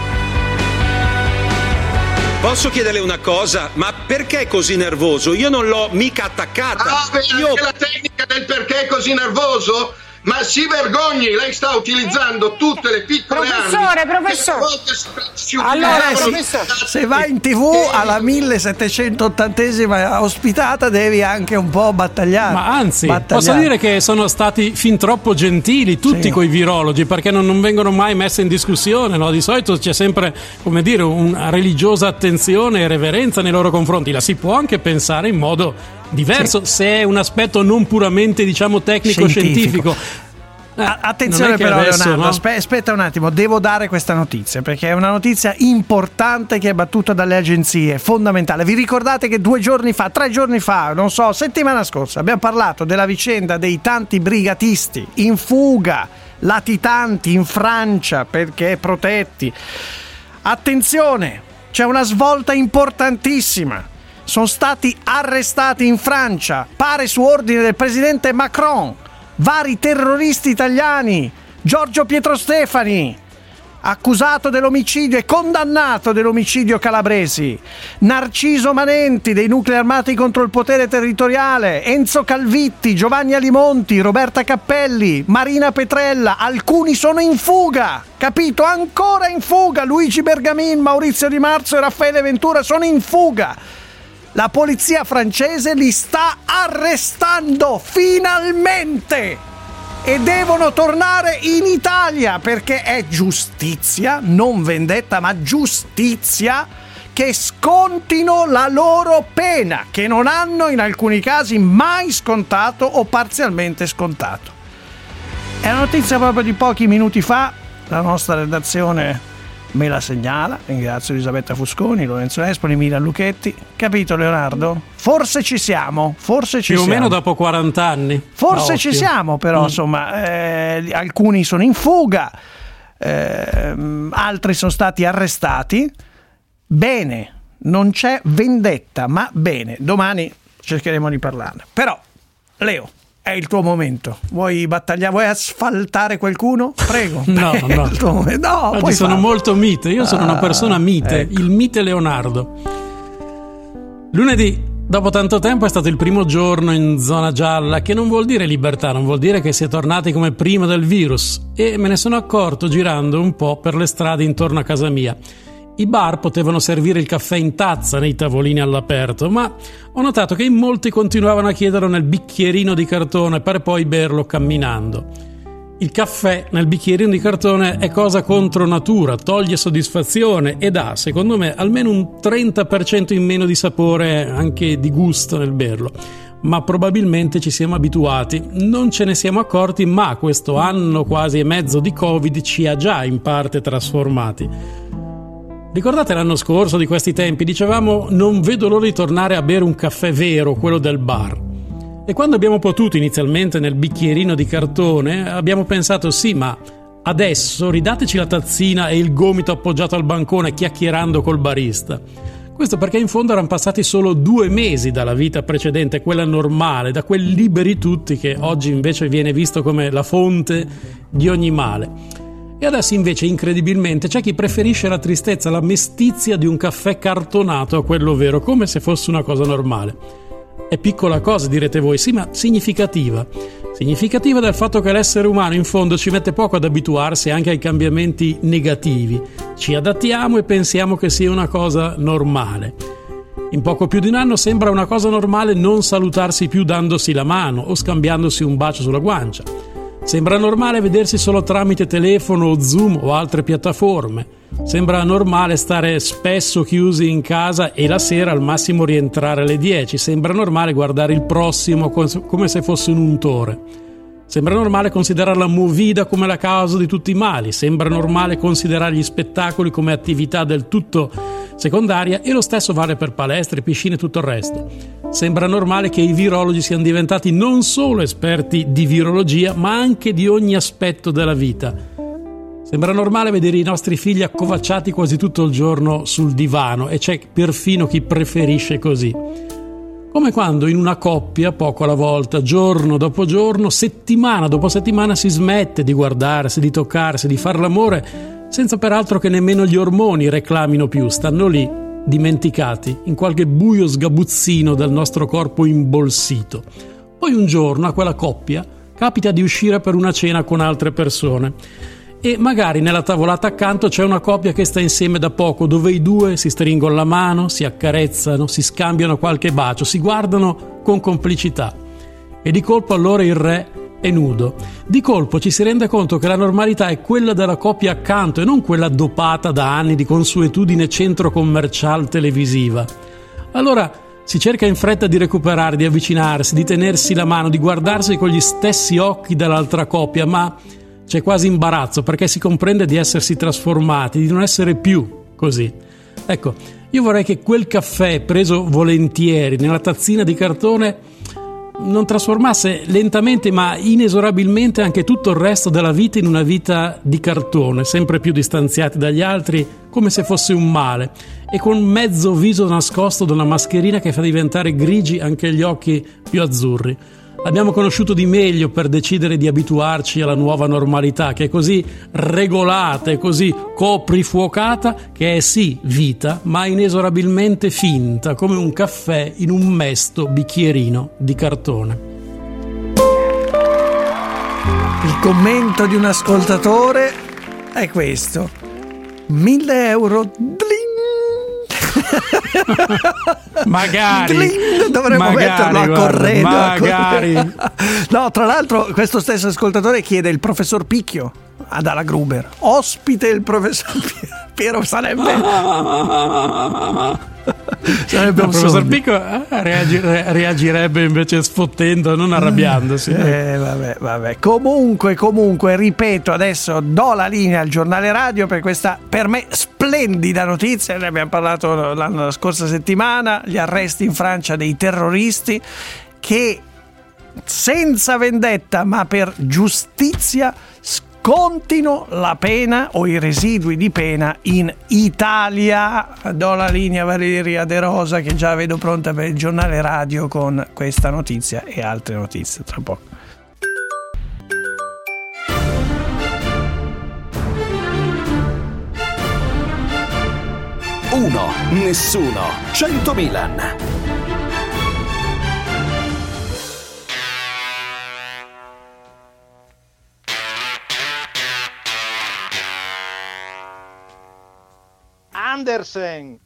Posso chiederle una cosa? Ma perché è così nervoso? Io non l'ho mica attaccata. Anche la tecnica del perché è così nervoso? Ma si vergogni, lei sta utilizzando tutte le piccole Professore. Allora, se vai in TV alla 1780esima ospitata devi anche un po' battagliare. Ma anzi, posso dire che sono stati fin troppo gentili tutti coi virologi, perché non vengono mai messe in discussione, no? Di solito c'è sempre, come dire, una religiosa attenzione e reverenza nei loro confronti. La si può anche pensare in modo diverso, se è un aspetto non puramente, diciamo, tecnico-scientifico. Attenzione però adesso, Leonardo, no? aspetta un attimo, devo dare questa notizia perché è una notizia importante che è battuta dalle agenzie, fondamentale. Vi ricordate che 3 giorni fa, non so, settimana scorsa abbiamo parlato della vicenda dei tanti brigatisti in fuga, latitanti in Francia perché protetti. Attenzione, c'è una svolta importantissima. Sono stati arrestati in Francia, pare su ordine del presidente Macron, vari terroristi italiani. Giorgio Pietrostefani, accusato dell'omicidio e condannato dell'omicidio calabresi, Narciso Manenti dei nuclei armati contro il potere territoriale, Enzo Calvitti, Giovanni Alimonti, Roberta Cappelli, Marina Petrella. Alcuni sono in fuga, capito? Ancora in fuga. Luigi Bergamin, Maurizio Di Marzo e Raffaele Ventura sono in fuga. La polizia francese li sta arrestando finalmente e devono tornare in Italia perché è giustizia, non vendetta ma giustizia, che scontino la loro pena che non hanno in alcuni casi mai scontato o parzialmente scontato. È una notizia proprio di pochi minuti fa, la nostra redazione me la segnala, ringrazio Elisabetta Fusconi, Lorenzo Nespoli, Milan Lucchetti. Capito Leonardo? Forse ci siamo, più o meno dopo 40 anni. Forse ci siamo, però insomma, alcuni sono in fuga, altri sono stati arrestati. Bene, non c'è vendetta, ma bene, domani cercheremo di parlarne. Però, Leo, è il tuo momento. Vuoi battagliare? Vuoi asfaltare qualcuno? Prego. No. Oggi sono molto mite. Io sono una persona mite, ecco. Il mite Leonardo. Lunedì, dopo tanto tempo, è stato il primo giorno in zona gialla, che non vuol dire libertà, non vuol dire che si è tornati come prima del virus. E me ne sono accorto girando un po' per le strade intorno a casa mia. I bar potevano servire il caffè in tazza nei tavolini all'aperto, ma ho notato che in molti continuavano a chiederlo nel bicchierino di cartone per poi berlo camminando. Il caffè nel bicchierino di cartone è cosa contro natura, toglie soddisfazione ed ha, secondo me, almeno un 30% in meno di sapore, anche di gusto nel berlo. Ma probabilmente ci siamo abituati, non ce ne siamo accorti, ma questo anno quasi e mezzo di Covid ci ha già in parte trasformati. Ricordate l'anno scorso di questi tempi? Dicevamo non vedo l'ora di tornare a bere un caffè vero, quello del bar. E quando abbiamo potuto inizialmente nel bicchierino di cartone abbiamo pensato sì, ma adesso ridateci la tazzina e il gomito appoggiato al bancone chiacchierando col barista. Questo perché in fondo erano passati solo 2 mesi dalla vita precedente, quella normale, da quel liberi tutti che oggi invece viene visto come la fonte di ogni male. E adesso invece incredibilmente c'è chi preferisce la tristezza, la mestizia di un caffè cartonato a quello vero, come se fosse una cosa normale. È piccola cosa, direte voi, sì, ma significativa. Significativa del fatto che l'essere umano in fondo ci mette poco ad abituarsi anche ai cambiamenti negativi. Ci adattiamo e pensiamo che sia una cosa normale. In poco più di un anno sembra una cosa normale non salutarsi più dandosi la mano o scambiandosi un bacio sulla guancia. Sembra normale vedersi solo tramite telefono o Zoom o altre piattaforme. Sembra normale stare spesso chiusi in casa e la sera al massimo rientrare alle 10. Sembra normale guardare il prossimo come se fosse un untore. Sembra normale considerare la movida come la causa di tutti i mali. Sembra normale considerare gli spettacoli come attività del tutto secondaria e lo stesso vale per palestre, piscine e tutto il resto. Sembra normale che i virologi siano diventati non solo esperti di virologia, ma anche di ogni aspetto della vita. Sembra normale vedere i nostri figli accovacciati quasi tutto il giorno sul divano e c'è perfino chi preferisce così. Come quando in una coppia, poco alla volta, giorno dopo giorno, settimana dopo settimana si smette di guardarsi, di toccarsi, di far l'amore, senza peraltro che nemmeno gli ormoni reclamino più, stanno lì, dimenticati, in qualche buio sgabuzzino del nostro corpo imbolsito. Poi un giorno a quella coppia capita di uscire per una cena con altre persone. E magari nella tavolata accanto c'è una coppia che sta insieme da poco, dove i due si stringono la mano, si accarezzano, si scambiano qualche bacio, si guardano con complicità. E di colpo allora il re è nudo. Di colpo ci si rende conto che la normalità è quella della coppia accanto e non quella dopata da anni di consuetudine centro commercial televisiva. Allora si cerca in fretta di recuperare, di avvicinarsi, di tenersi la mano, di guardarsi con gli stessi occhi dall'altra coppia, ma c'è quasi imbarazzo perché si comprende di essersi trasformati, di non essere più così. Ecco, io vorrei che quel caffè preso volentieri nella tazzina di cartone non trasformasse lentamente ma inesorabilmente anche tutto il resto della vita in una vita di cartone, sempre più distanziati dagli altri come se fosse un male e con mezzo viso nascosto da una mascherina che fa diventare grigi anche gli occhi più azzurri. Abbiamo conosciuto di meglio per decidere di abituarci alla nuova normalità, che è così regolata e così coprifuocata, che è sì vita, ma inesorabilmente finta, come un caffè in un mesto bicchierino di cartone. Il commento di un ascoltatore è questo: 1.000 euro. Magari dovremmo metterlo a corredo. Magari. No, tra l'altro questo stesso ascoltatore chiede il professor Picchio ad Ala Gruber, ospite il professor Piero sarebbe il professor Picco reagirebbe invece sfottendo, non arrabbiandosi. Vabbè. Comunque ripeto, adesso do la linea al giornale radio per questa per me splendida notizia. Ne abbiamo parlato la scorsa settimana, gli arresti in Francia dei terroristi che senza vendetta ma per giustizia scontino la pena o i residui di pena in Italia. Do la linea a Valeria De Rosa, che già vedo pronta per il giornale radio con questa notizia e altre notizie tra poco. Uno, nessuno, 100 Milan. Andersen.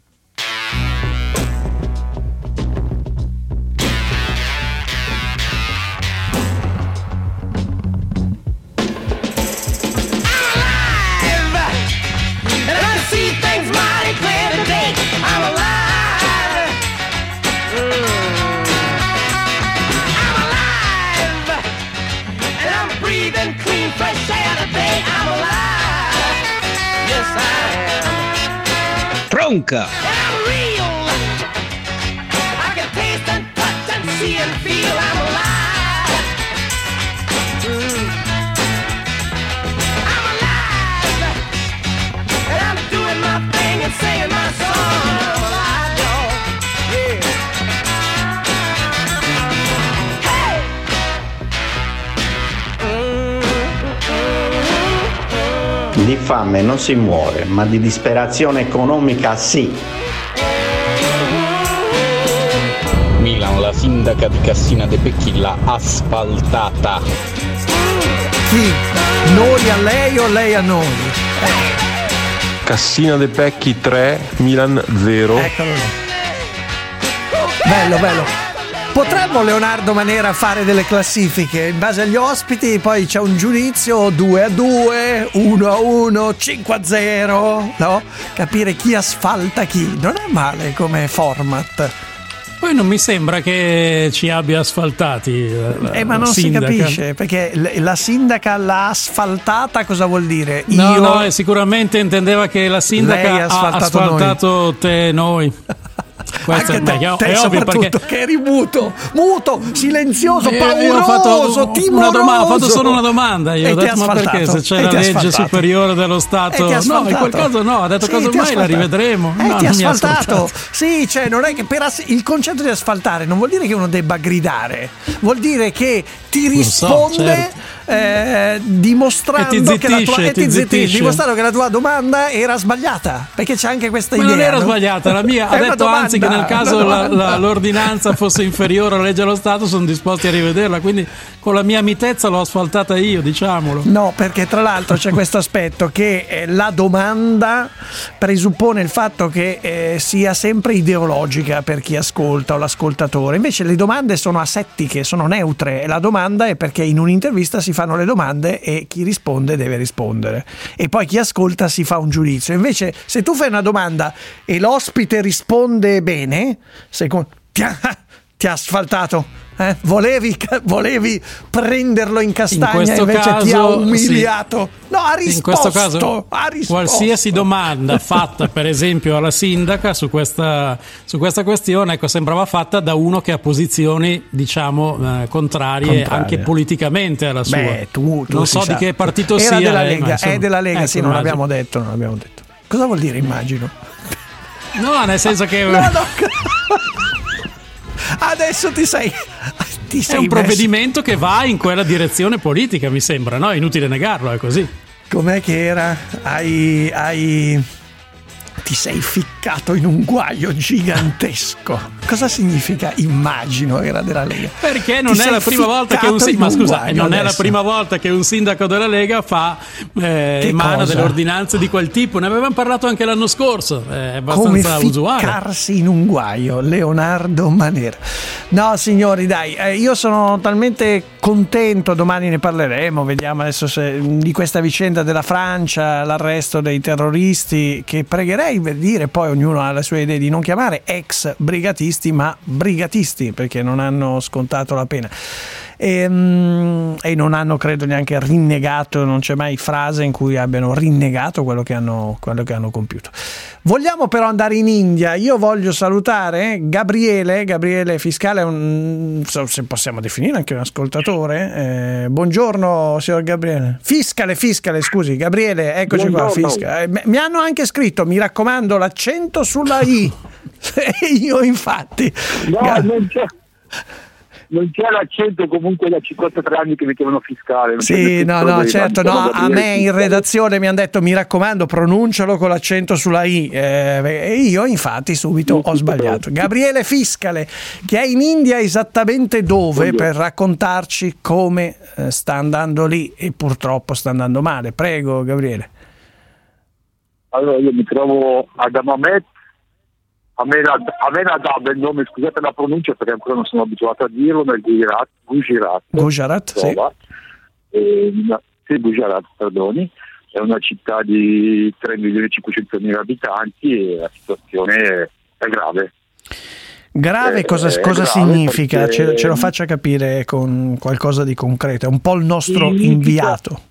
Breathing clean, fresh air today. I'm alive. Yes, I am. Tronca. I'm real. I can taste and touch and see and feel. I'm alive. I'm alive. And I'm doing my thing and singing my song. I'm alive, y'all. Yeah. Di fame non si muore, ma di disperazione economica sì. Milan, la sindaca di Cassina de Pecchi l'ha asfaltata. Chi? Noi a lei o lei a noi? Cassina de Pecchi 3, Milan 0. Eccolo lì. Bello, bello. Potremmo, Leonardo Manera, fare delle classifiche in base agli ospiti, poi c'è un giudizio 2-2, 1-1, 5-0, no? Capire chi asfalta chi, non è male come format. Poi non mi sembra che ci abbia asfaltati ma non sindaca. Si capisce, perché la sindaca l'ha asfaltata, cosa vuol dire? No, sicuramente intendeva che la sindaca Lei ha asfaltato noi. Questo anche te è ovvio, perché che eri muto, silenzioso, pauroso, io ho fatto timoroso. ho fatto solo una domanda, io ho detto ma perché se c'è la legge superiore dello Stato, no, in quel caso no, ha detto casomai la rivedremo. No, ti ha asfaltato. Sì, cioè non è che il concetto di asfaltare non vuol dire che uno debba gridare, vuol dire che ti risponde dimostrando dimostrando che la tua domanda era sbagliata, perché c'è anche questa idea. Ma non era sbagliata, la mia ha detto anzi che nel caso l'ordinanza fosse inferiore alla legge dello Stato sono disposti a rivederla, quindi con la mia mitezza l'ho asfaltata io, diciamolo. No, perché tra l'altro c'è questo aspetto che la domanda presuppone il fatto che sia sempre ideologica per chi ascolta o l'ascoltatore, invece le domande sono asettiche, sono neutre, e la domanda è perché in un'intervista si fanno le domande e chi risponde deve rispondere e poi chi ascolta si fa un giudizio. Invece se tu fai una domanda e l'ospite risponde bene, ti ha asfaltato. Volevi prenderlo in castagna, invece caso, ti ha umiliato. Sì. No, ha risposto. In questo caso, qualsiasi domanda fatta, per esempio, alla sindaca su questa questione, sembrava fatta da uno che ha posizioni, diciamo, contrarie anche politicamente alla sua. Tu non so di che partito era sia. Della Lega, è della Lega, sì, non immagino. l'abbiamo detto. Cosa vuol dire immagino? No, nel senso che adesso ti sei è un provvedimento che va in quella direzione politica, mi sembra, no? È inutile negarlo, è così. Com'è che era? Ti sei ficcato in un guaio gigantesco. Cosa significa immagino era della Lega? Perché non è la prima volta che non è la prima volta che un sindaco della Lega fa emana delle ordinanze di quel tipo. Ne avevamo parlato anche l'anno scorso, è abbastanza usuale. Come ficcarsi in un guaio, Leonardo Manera. No signori, dai, io sono talmente contento, domani ne parleremo, vediamo adesso di questa vicenda della Francia, l'arresto dei terroristi, che pregherei per dire, poi ognuno ha le sue idee, di non chiamare ex brigatisti ma brigatisti, perché non hanno scontato la pena e non hanno, credo, neanche rinnegato, non c'è mai frase in cui abbiano rinnegato quello che hanno compiuto. Vogliamo però andare in India. Io voglio salutare Gabriele Fiscale, se possiamo definire anche un ascoltatore. Buongiorno signor Gabriele. Fiscale, scusi Gabriele, eccoci. Buongiorno. Qua Fiscale. Mi hanno anche scritto, mi raccomando, l'accento sulla I. Io infatti non c'è l'accento, comunque da 53 anni che mi chiamano Fiscale. Sì, certo, a me in redazione mi hanno detto mi raccomando pronuncialo con l'accento sulla I, e io infatti subito ho sbagliato. Gabriele Fiscale, che è in India esattamente dove, per raccontarci come sta andando lì, e purtroppo sta andando male. Prego Gabriele. Allora io mi trovo ad Amamet, Ahmedabad è il nome, scusate la pronuncia perché ancora non sono abituato a dirlo, nel Gujarat, sì. Gujarat, perdoni, è una città di 3.500.000 abitanti e la situazione è grave. Grave cosa grave significa? perché- Ce lo faccia capire con qualcosa di concreto, è un po' il nostro inviato.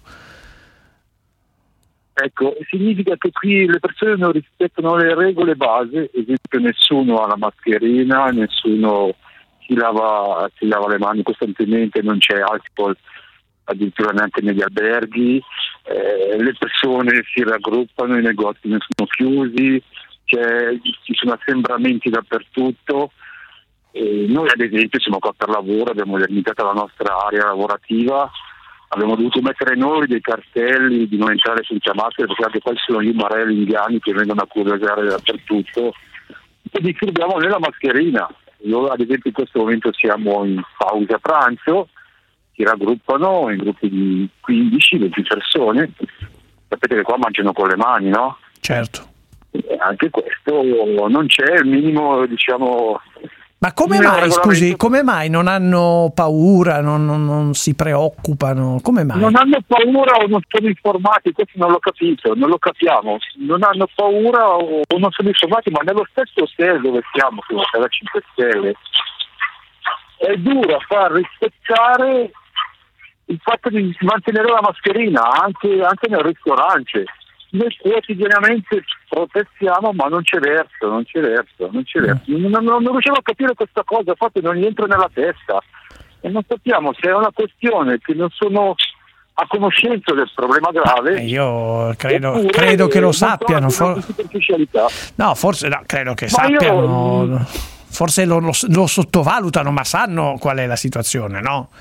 Ecco, significa che qui le persone non rispettano le regole base, ad esempio nessuno ha la mascherina, nessuno si lava le mani costantemente, non c'è alcol addirittura neanche negli alberghi, le persone si raggruppano, i negozi non sono chiusi, ci sono assembramenti dappertutto. Noi ad esempio siamo qua per lavoro, abbiamo limitato la nostra area lavorativa, abbiamo dovuto mettere noi dei cartelli di non entrare senza maschera, perché anche poi ci sono gli umarelli indiani che vengono a curiosare dappertutto e disturbiamo nella mascherina. Io ad esempio in questo momento siamo in pausa pranzo, si raggruppano in gruppi di 15-20 persone, sapete che qua mangiano con le mani, no? Certo. E anche questo non c'è il minimo, diciamo. Ma come mai, scusi, come mai non hanno paura, non si preoccupano? Come mai? Non hanno paura o non sono informati, questo non l'ho capito, non lo capiamo. Non hanno paura o non sono informati, ma nello stesso hotel dove siamo, che è la 5 Stelle, è duro far rispettare il fatto di mantenere la mascherina anche nel ristorante. Noi quotidianamente protestiamo, ma non c'è verso. Non riusciamo a capire questa cosa, infatti non gli entra nella testa e non sappiamo se è una questione che non sono a conoscenza del problema grave. Io credo che lo sappiano. No, forse no, credo che sappiano. Forse lo sottovalutano, ma sanno qual è la situazione, no?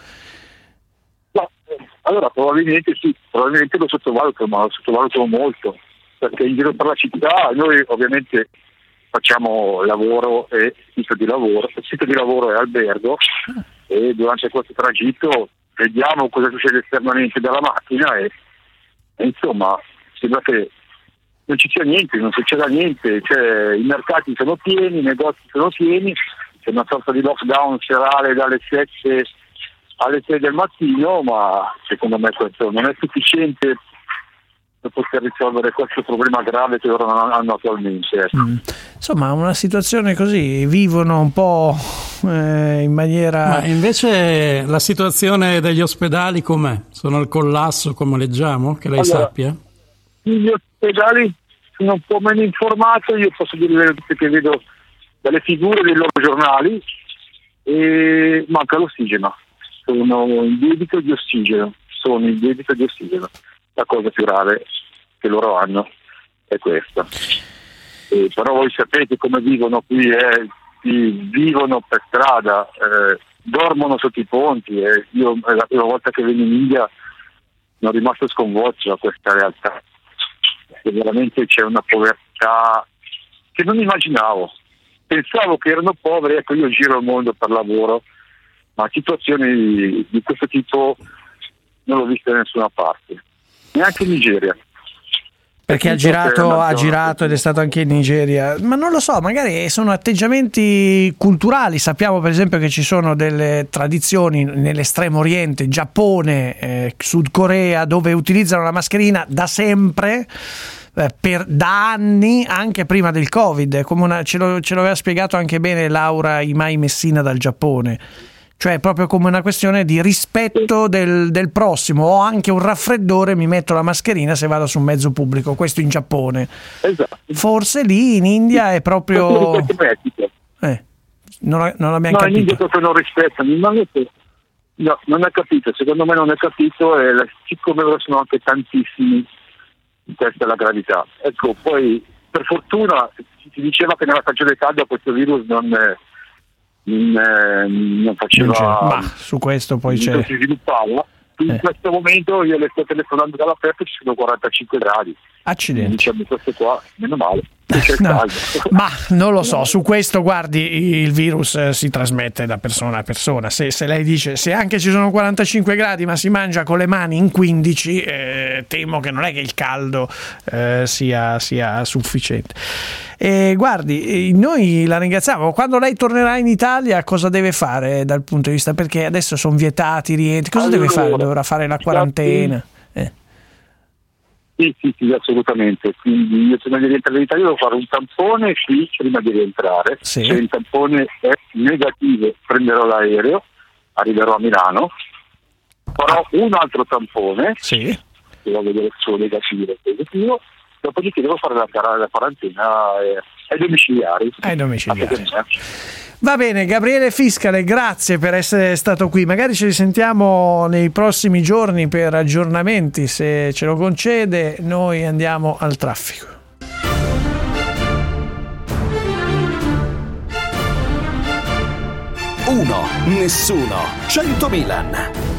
Allora probabilmente lo sottovalutano, ma lo sottovalutano molto, perché in giro per la città noi ovviamente facciamo lavoro e sito di lavoro e albergo, e durante questo tragitto vediamo cosa succede esternamente dalla macchina e insomma sembra che non ci sia niente, non succeda niente, cioè, i mercati sono pieni, i negozi sono pieni, c'è una sorta di lockdown serale dalle 7 alle 6 del mattino, ma secondo me questo non è sufficiente per poter risolvere questo problema grave che loro hanno attualmente. Insomma, una situazione così, vivono un po' in maniera... Ma invece la situazione degli ospedali com'è? Sono al collasso, come leggiamo? Che lei sappia? Gli ospedali sono un po' meno informato, io posso dire che vedo dalle figure dei loro giornali e manca l'ossigeno. Sono in debito di ossigeno, la cosa più grave che loro hanno è questa. Però voi sapete come vivono qui, vivono per strada, dormono sotto i ponti, io la prima volta che vengo in India sono rimasto sconvolto da questa realtà, che veramente c'è una povertà che non immaginavo, pensavo che erano poveri, ecco io giro il mondo per lavoro, ma situazioni di questo tipo non l'ho vista da nessuna parte, neanche in Nigeria. Perché ha girato ed è stato anche in Nigeria, ma non lo so, magari sono atteggiamenti culturali. Sappiamo per esempio che ci sono delle tradizioni nell'estremo oriente, Giappone, Sud Corea, dove utilizzano la mascherina da sempre, da anni, anche prima del Covid, come ce lo aveva spiegato anche bene Laura Imai Messina dal Giappone. Cioè proprio come una questione di rispetto del prossimo. Ho anche un raffreddore, mi metto la mascherina se vado su un mezzo pubblico, questo in Giappone. Esatto. Forse lì in India è proprio non abbiamo capito. In India proprio non rispettano, no, non è capito, secondo me non è capito, e siccome loro sono anche tantissimi, questa è la gravità. Ecco, poi per fortuna si diceva che nella stagione calda questo virus non faceva, ma su questo poi non si sviluppava. In questo momento io le sto telefonando dall'aperto, ci sono 45 gradi. Accidenti. Diciamo questo qua, meno male. No, ma non lo so, su questo guardi, il virus si trasmette da persona a persona. Se lei dice se anche ci sono 45 gradi ma si mangia con le mani in 15, temo che non è che il caldo sia sufficiente. Guardi, noi la ringraziamo. Quando lei tornerà in Italia cosa deve fare dal punto di vista, perché adesso sono vietati i rientri, cosa deve fare? Dovrà fare la quarantena? Sì, assolutamente. Quindi io prima di rientrare in Italia devo fare un tampone qui prima di rientrare. Sì. Se il tampone è negativo prenderò l'aereo, arriverò a Milano, farò un altro tampone, devo vedere il suo negativo e positivo, dopodiché devo fare la quarantena ai domiciliari. Va bene, Gabriele Fiscale, grazie per essere stato qui. Magari ci risentiamo nei prossimi giorni per aggiornamenti, se ce lo concede. Noi andiamo al traffico. Uno, nessuno, 100 Milan.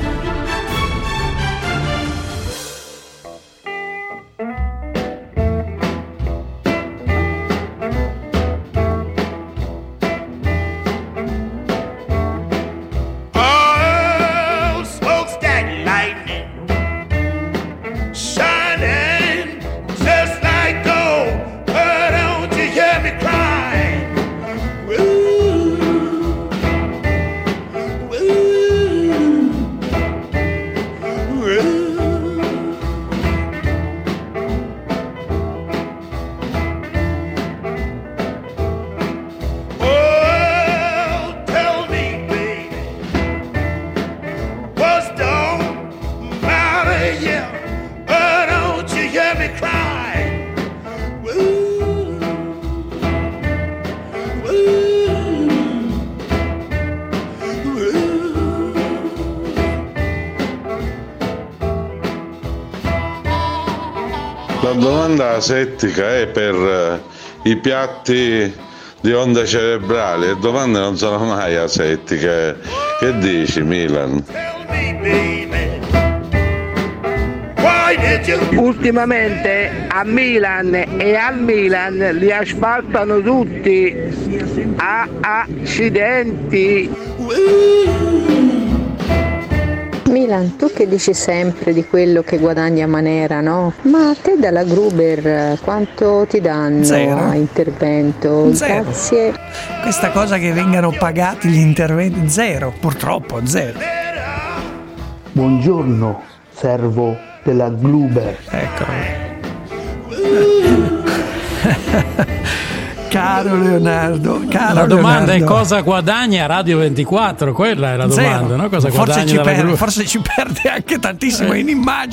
La domanda asettica è per i piatti di onda cerebrale, le domande non sono mai asettiche. Che dici, Milan? Ultimamente a Milan e al Milan li asfaltano tutti. Accidenti. Milan, tu che dici sempre di quello che guadagni a manera, no? Ma a te dalla Gruber quanto ti danno a intervento? Zero. Grazie. Questa cosa che vengano pagati gli interventi, zero, purtroppo zero. Buongiorno, servo della Gruber. Ecco. Caro Leonardo, la domanda è cosa guadagna Radio 24, quella è la domanda, zero. No? Cosa guadagna forse ci perde anche tantissimo in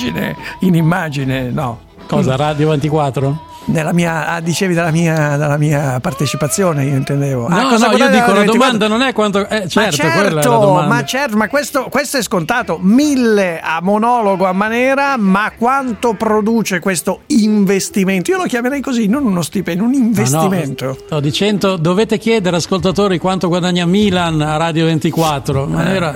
immagine, no. Cosa, Radio 24? Della mia, dicevi dalla mia partecipazione, io intendevo. No, io dico la domanda non è quanto. Certo, quella è la domanda. Ma questo è scontato. 1.000 a monologo a manera, ma quanto produce questo investimento? Io lo chiamerei così, non uno stipendio, un investimento. No, sto dicendo, dovete chiedere ascoltatori quanto guadagna Milan a Radio 24. Quella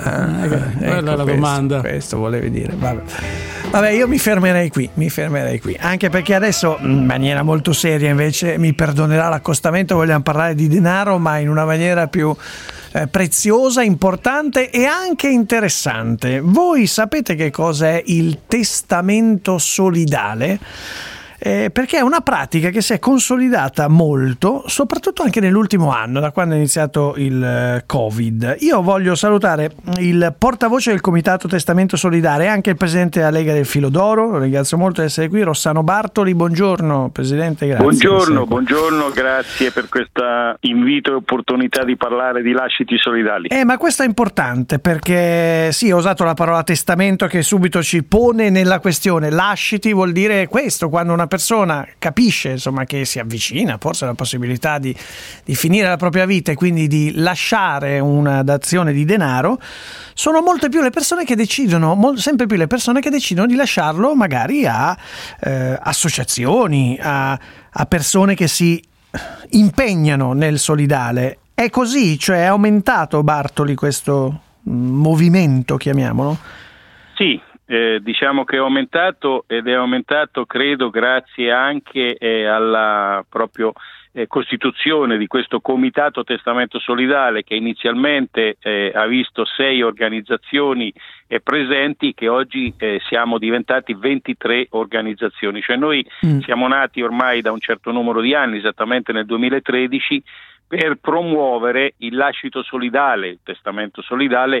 è la domanda. Questo volevi dire. Vabbè, io mi fermerei qui, anche perché adesso in maniera molto seria invece mi perdonerà l'accostamento, vogliamo parlare di denaro ma in una maniera più preziosa, importante e anche interessante. Voi sapete che cosa è il testamento solidale? Perché è una pratica che si è consolidata molto, soprattutto anche nell'ultimo anno, da quando è iniziato il Covid. Io voglio salutare il portavoce del Comitato Testamento Solidale e anche il presidente della Lega del Filo d'Oro, lo ringrazio molto di essere qui, Rossano Bartoli. Buongiorno Presidente, grazie. Buongiorno, grazie per questo invito e opportunità di parlare di lasciti solidali. Ma questo è importante perché sì, ho usato la parola testamento che subito ci pone nella questione. Lasciti vuol dire questo, quando una persona capisce insomma che si avvicina forse alla possibilità di finire la propria vita e quindi di lasciare una dazione di denaro, sono molte più le persone che decidono, sempre più le persone che decidono di lasciarlo magari a associazioni, a persone che si impegnano nel solidale. È così, cioè è aumentato, Bartoli, questo movimento, chiamiamolo? Sì. Diciamo che è aumentato ed è aumentato credo grazie anche alla proprio costituzione di questo Comitato Testamento Solidale che inizialmente ha visto 6 organizzazioni presenti, che oggi siamo diventati 23 organizzazioni, cioè noi siamo nati ormai da un certo numero di anni, esattamente nel 2013, per promuovere il lascito solidale, il testamento solidale,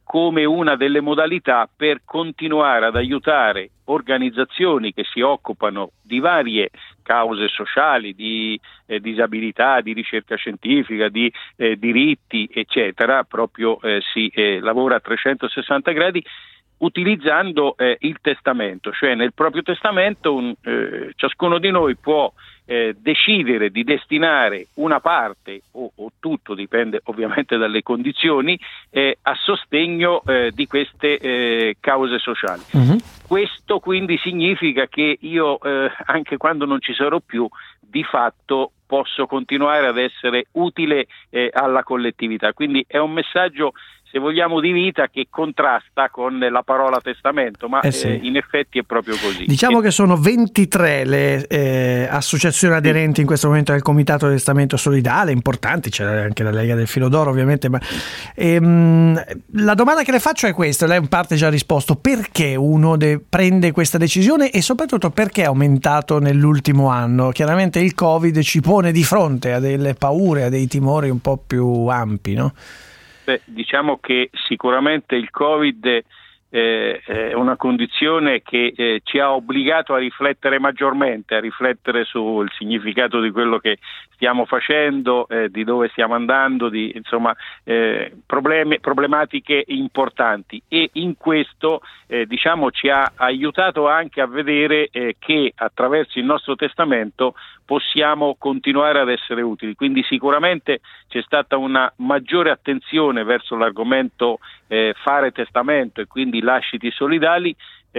come una delle modalità per continuare ad aiutare organizzazioni che si occupano di varie cause sociali, di disabilità, di ricerca scientifica, di diritti, eccetera. Proprio si lavora a 360 gradi utilizzando il testamento, cioè nel proprio testamento ciascuno di noi può decidere di destinare una parte o tutto, dipende ovviamente dalle condizioni, a sostegno di queste cause sociali. Questo quindi significa che io anche quando non ci sarò più, di fatto posso continuare ad essere utile alla collettività, quindi è un messaggio, se vogliamo, di vita, che contrasta con la parola testamento, ma in effetti è proprio così. Diciamo che sono 23 le associazioni aderenti in questo momento al Comitato del Testamento Solidale, importanti, c'è anche la Lega del Filo d'Oro ovviamente, ma la domanda che le faccio è questa, lei in parte già ha risposto: perché uno prende questa decisione e soprattutto perché è aumentato nell'ultimo anno? Chiaramente il Covid ci pone di fronte a delle paure, a dei timori un po' più ampi, no? Diciamo che sicuramente il Covid è una condizione che ci ha obbligato a riflettere maggiormente, a riflettere sul significato di quello che stiamo facendo, di dove stiamo andando, di insomma problematiche importanti, e in questo diciamo ci ha aiutato anche a vedere che attraverso il nostro testamento possiamo continuare ad essere utili. Quindi sicuramente c'è stata una maggiore attenzione verso l'argomento fare testamento e quindi lasciti solidali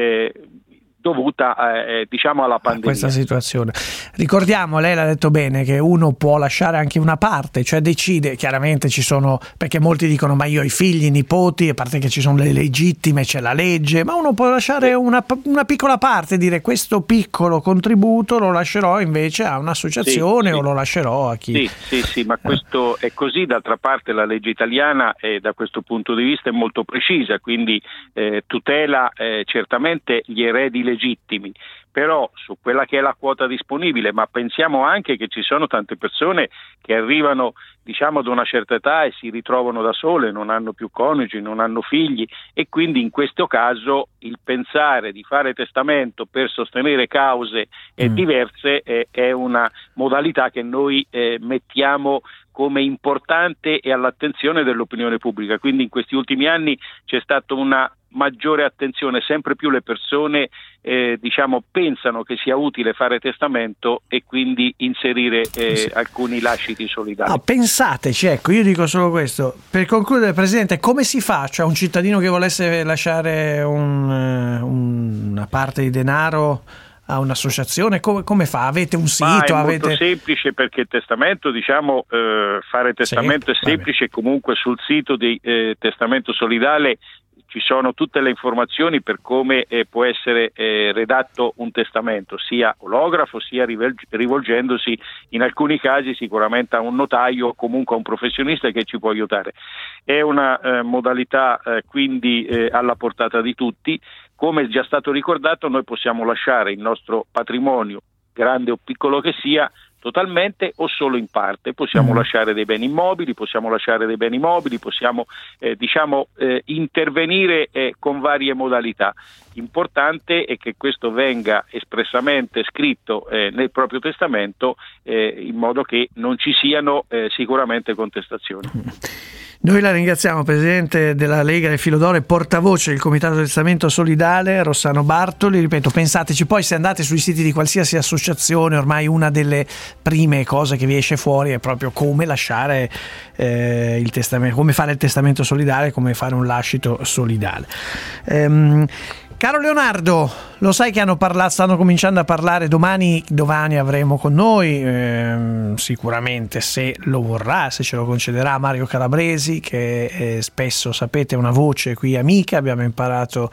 dovuta diciamo alla pandemia. Questa situazione. Ricordiamo, lei l'ha detto bene, che uno può lasciare anche una parte, cioè decide, chiaramente ci sono, perché molti dicono ma io ho i figli, i nipoti, a parte che ci sono le legittime, c'è la legge, ma uno può lasciare una piccola parte, dire questo piccolo contributo lo lascerò invece a un'associazione o lo lascerò a chi... Sì, ma questo è così. D'altra parte la legge italiana da questo punto di vista è molto precisa, quindi tutela certamente gli eredi legittimi, però su quella che è la quota disponibile, ma pensiamo anche che ci sono tante persone che arrivano diciamo ad una certa età e si ritrovano da sole, non hanno più coniugi, non hanno figli, e quindi in questo caso il pensare di fare testamento per sostenere cause diverse è una modalità che noi mettiamo come importante e all'attenzione dell'opinione pubblica. Quindi in questi ultimi anni c'è stata una maggiore attenzione, sempre più le persone diciamo pensano che sia utile fare testamento e quindi inserire alcuni lasciti solidali. Pensateci, ecco, io dico solo questo per concludere, Presidente: come si fa? Cioè un cittadino che volesse lasciare una parte di denaro a un'associazione, come fa? Avete un sito? È molto semplice, perché il testamento, diciamo, fare testamento è semplice. Comunque sul sito di Testamento Solidale ci sono tutte le informazioni per come può essere redatto un testamento, sia olografo sia rivolgendosi in alcuni casi sicuramente a un notaio o comunque a un professionista che ci può aiutare. È una modalità quindi alla portata di tutti. Come è già stato ricordato, noi possiamo lasciare il nostro patrimonio, grande o piccolo che sia, totalmente o solo in parte. Possiamo lasciare dei beni immobili, possiamo lasciare dei beni mobili, possiamo intervenire con varie modalità. Importante è che questo venga espressamente scritto nel proprio testamento in modo che non ci siano sicuramente contestazioni. Noi la ringraziamo, Presidente della Lega del Filo d'Oro e portavoce del Comitato del Testamento Solidale, Rossano Bartoli. Ripeto, pensateci, poi se andate sui siti di qualsiasi associazione, ormai una delle prime cose che vi esce fuori è proprio come lasciare il testamento, come fare il testamento solidale, come fare un lascito solidale. Caro Leonardo, lo sai che stanno cominciando a parlare, domani avremo con noi sicuramente, se lo vorrà, se ce lo concederà, Mario Calabresi, che spesso, sapete, è una voce qui amica, abbiamo imparato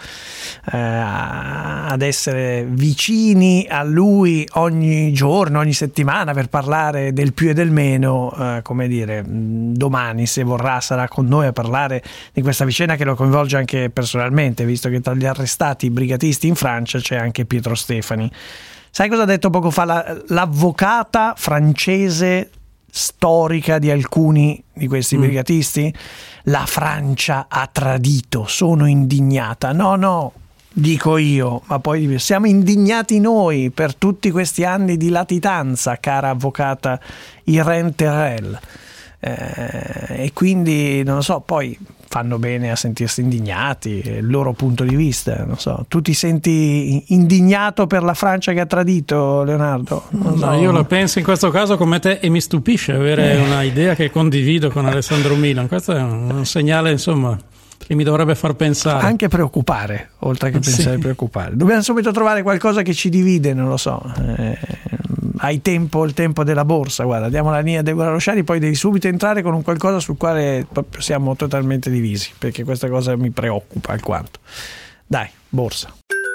ad essere vicini a lui ogni giorno, ogni settimana, per parlare del più e del meno. Come dire, domani, se vorrà, sarà con noi a parlare di questa vicenda che lo coinvolge anche personalmente, visto che tra gli arrestati brigatisti in Francia c'è anche Pietro Stefani. Sai cosa ha detto poco fa l'avvocata francese storica di alcuni di questi brigatisti? La Francia ha tradito, sono indignata. No, dico io, ma poi siamo indignati noi per tutti questi anni di latitanza, cara avvocata Irene Terrell. E quindi non lo so, poi fanno bene a sentirsi indignati, è il loro punto di vista, non so. Tu ti senti indignato per la Francia che ha tradito, Leonardo? No, io la penso in questo caso come te e mi stupisce avere una idea che condivido con Alessandro Milan. Questo è un segnale, insomma, che mi dovrebbe far pensare, anche preoccupare, oltre che pensare, sì. preoccupare. Dobbiamo subito trovare qualcosa che ci divide, non lo so. Hai il tempo della borsa, guarda, diamo la linea a Deborah Rosciari, poi devi subito entrare con un qualcosa sul quale proprio siamo totalmente divisi, perché questa cosa mi preoccupa alquanto. Dai, borsa.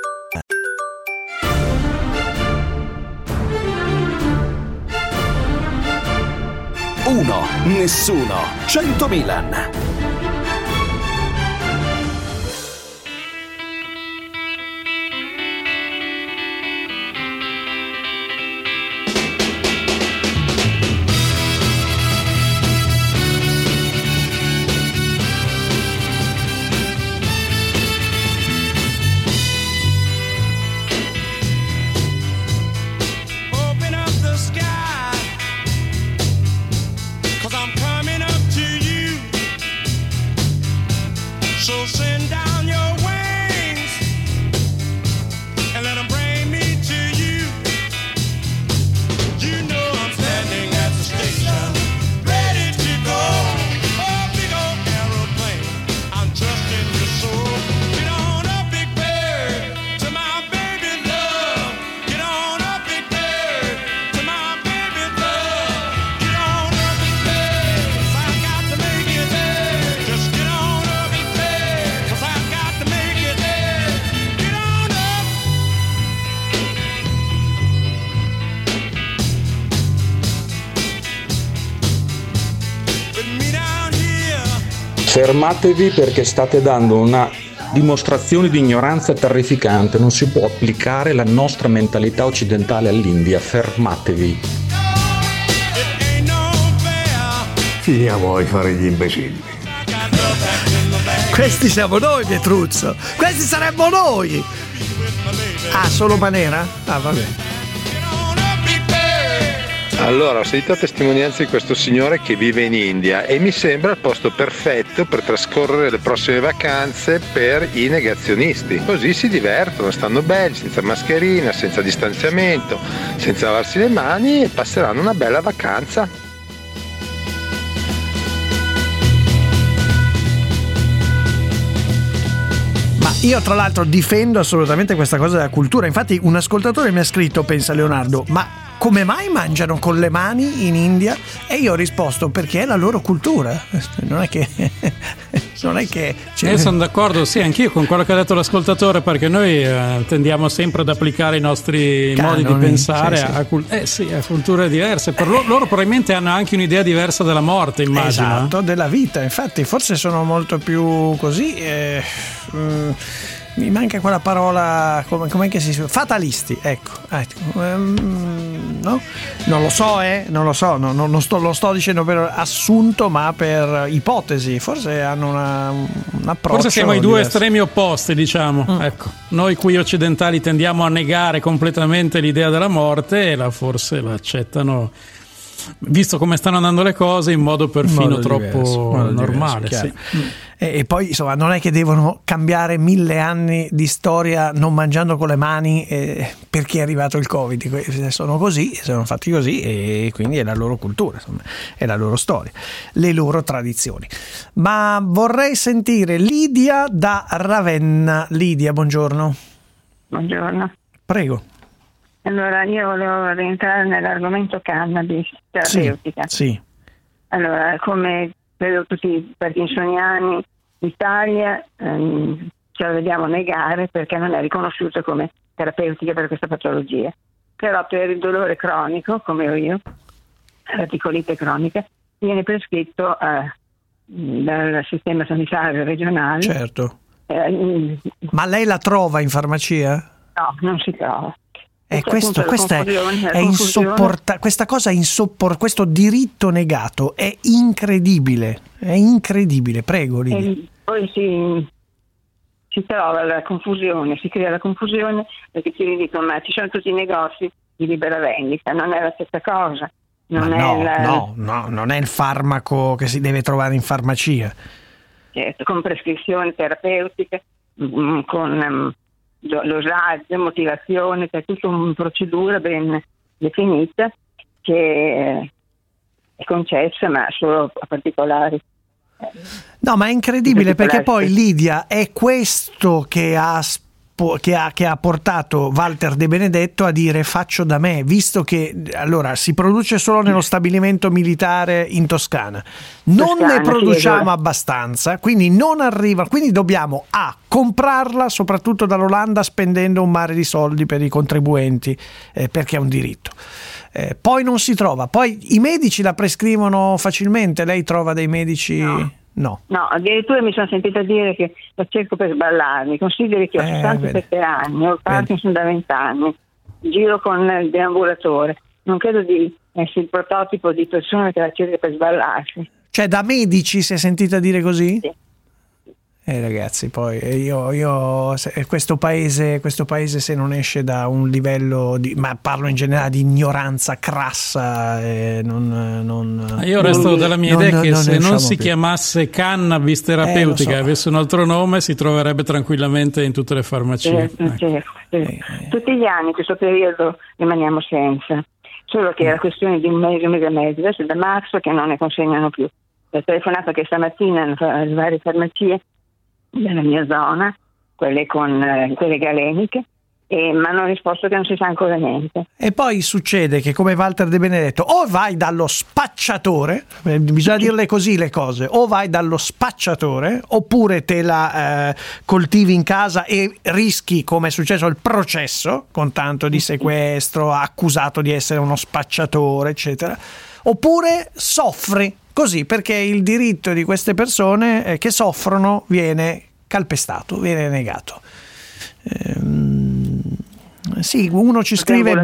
Uno, nessuno, 100 Milan. Open up the sky, 'cause I'm coming up to you. So send down your wings and let them bring me to you. You know I'm standing at the station, ready to go. Oh, big old aeroplane, I'm trusting your soul. Get on up, big bird, to my baby love. Get on up, big bird, to my baby love. Get on up, big bird, 'cause I got to make it there. Just get on up, big bird, 'cause I got to make it there. Get on up. Put me down here. Fermatevi perché state dando una dimostrazione di ignoranza terrificante. Non si può applicare la nostra mentalità occidentale all'India. Fermatevi. Finiamo di fare gli imbecilli. Questi siamo noi, Pietruzzo. Questi saremmo noi. Ah, solo Manera? Ah, vabbè. Allora, ho sentito testimonianze di questo signore che vive in India e mi sembra il posto perfetto per trascorrere le prossime vacanze per i negazionisti. Così si divertono, stanno belli, senza mascherina, senza distanziamento, senza lavarsi le mani e passeranno una bella vacanza. Io tra l'altro difendo assolutamente questa cosa della cultura. Infatti un ascoltatore mi ha scritto, pensa Leonardo, ma come mai mangiano con le mani in India? E io ho risposto perché è la loro cultura. Non è che io sono d'accordo, sì, anch'io con quello che ha detto l'ascoltatore, perché noi tendiamo sempre ad applicare i nostri modi di pensare a culture diverse. Per loro probabilmente hanno anche un'idea diversa della morte, immagino. Esatto, della vita. Infatti forse sono molto più così mi manca quella parola, com'è che si fatalisti, ecco. No? Non lo so, non lo sto dicendo per assunto, ma per ipotesi. Forse hanno un approccio. Forse siamo i due diverso. estremi opposti, diciamo. Ecco, noi qui occidentali tendiamo a negare completamente l'idea della morte e forse l'accettano, visto come stanno andando le cose, in modo perfino troppo normale. Sì. E poi insomma non è che devono cambiare 1000 anni di storia non mangiando con le mani perché è arrivato il Covid. Sono così, sono fatti così e quindi è la loro cultura, insomma, è la loro storia, le loro tradizioni. Ma vorrei sentire Lidia da Ravenna. Lidia, buongiorno. Buongiorno. Prego. Allora, io volevo rientrare nell'argomento cannabis terapeutica. Sì. Allora, come credo tutti i parkinsoniani, in Italia ce la vediamo negare perché non è riconosciuta come terapeutica per questa patologia. Però per il dolore cronico, come ho io, l'articolite cronica, viene prescritto dal sistema sanitario regionale. Certo. Ma lei la trova in farmacia? No, non si trova. Questa è insopportabile. Questa cosa è questo diritto negato è incredibile. Prego, Lidia. Poi si trova la confusione, si crea la confusione perché ti dicono ma ci sono tutti i negozi di libera vendita, non è la stessa cosa. Non è il farmaco che si deve trovare in farmacia. Certo, con prescrizioni terapeutiche, con dosaggio, motivazione, c'è tutta una procedura ben definita che è concessa ma solo a particolari. No, ma è incredibile perché poi Lidia è questo che ha portato Walter De Benedetto a dire faccio da me, visto che allora si produce solo nello stabilimento militare in Toscana, non ne produciamo abbastanza, quindi non arriva, quindi dobbiamo comprarla soprattutto dall'Olanda spendendo un mare di soldi per i contribuenti, perché è un diritto. Poi non si trova, poi i medici la prescrivono facilmente, lei trova dei medici... No, addirittura mi sono sentita dire che la cerco per sballarmi. Consideri che ho 67 anni, ho il Parkinson da 20 anni, giro con il deambulatore, non credo di essere il prototipo di persona che la cerca per sballarsi. Cioè da medici si è sentita dire così? Sì. Ragazzi, poi questo paese se non esce da un livello ma parlo in generale di ignoranza crassa, io resto della mia idea che se non si chiamasse cannabis terapeutica e avesse un altro nome si troverebbe tranquillamente in tutte le farmacie. Certo. Tutti gli anni in questo periodo rimaniamo senza, solo che era questione di un mese e mezzo, adesso è da marzo che non ne consegnano più. Ho telefonato che stamattina alle varie farmacie della mia zona, quelle galeniche, ma hanno risposto che non si sa ancora niente. E poi succede che come Walter De Benedetto o vai dallo spacciatore, bisogna dirle così le cose, o vai dallo spacciatore oppure te la coltivi in casa e rischi, come è successo, il processo con tanto di sequestro, accusato di essere uno spacciatore eccetera, oppure soffri così, perché il diritto di queste persone che soffrono viene calpestato, viene negato. Sì, uno ci scrive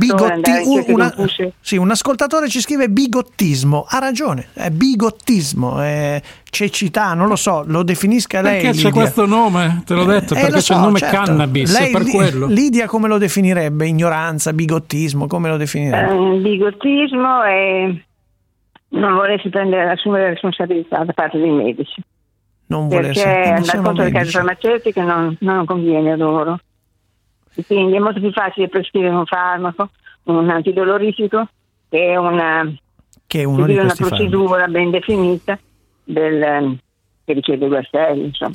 un ascoltatore ci scrive bigottismo, ha ragione, è bigottismo, è cecità, non lo so, lo definisca lei. Perché c'è questo nome? Te l'ho detto, perché c'è il nome cannabis, lei, per quello. Lidia come lo definirebbe? Ignoranza, bigottismo, come lo definirebbe? Bigottismo è non volersi assumere la responsabilità da parte dei medici, perché dal conto delle case farmaceutiche non conviene a loro, quindi è molto più facile prescrivere un farmaco, un antidolorifico, che una procedura ben definita che richiede guastelli, insomma.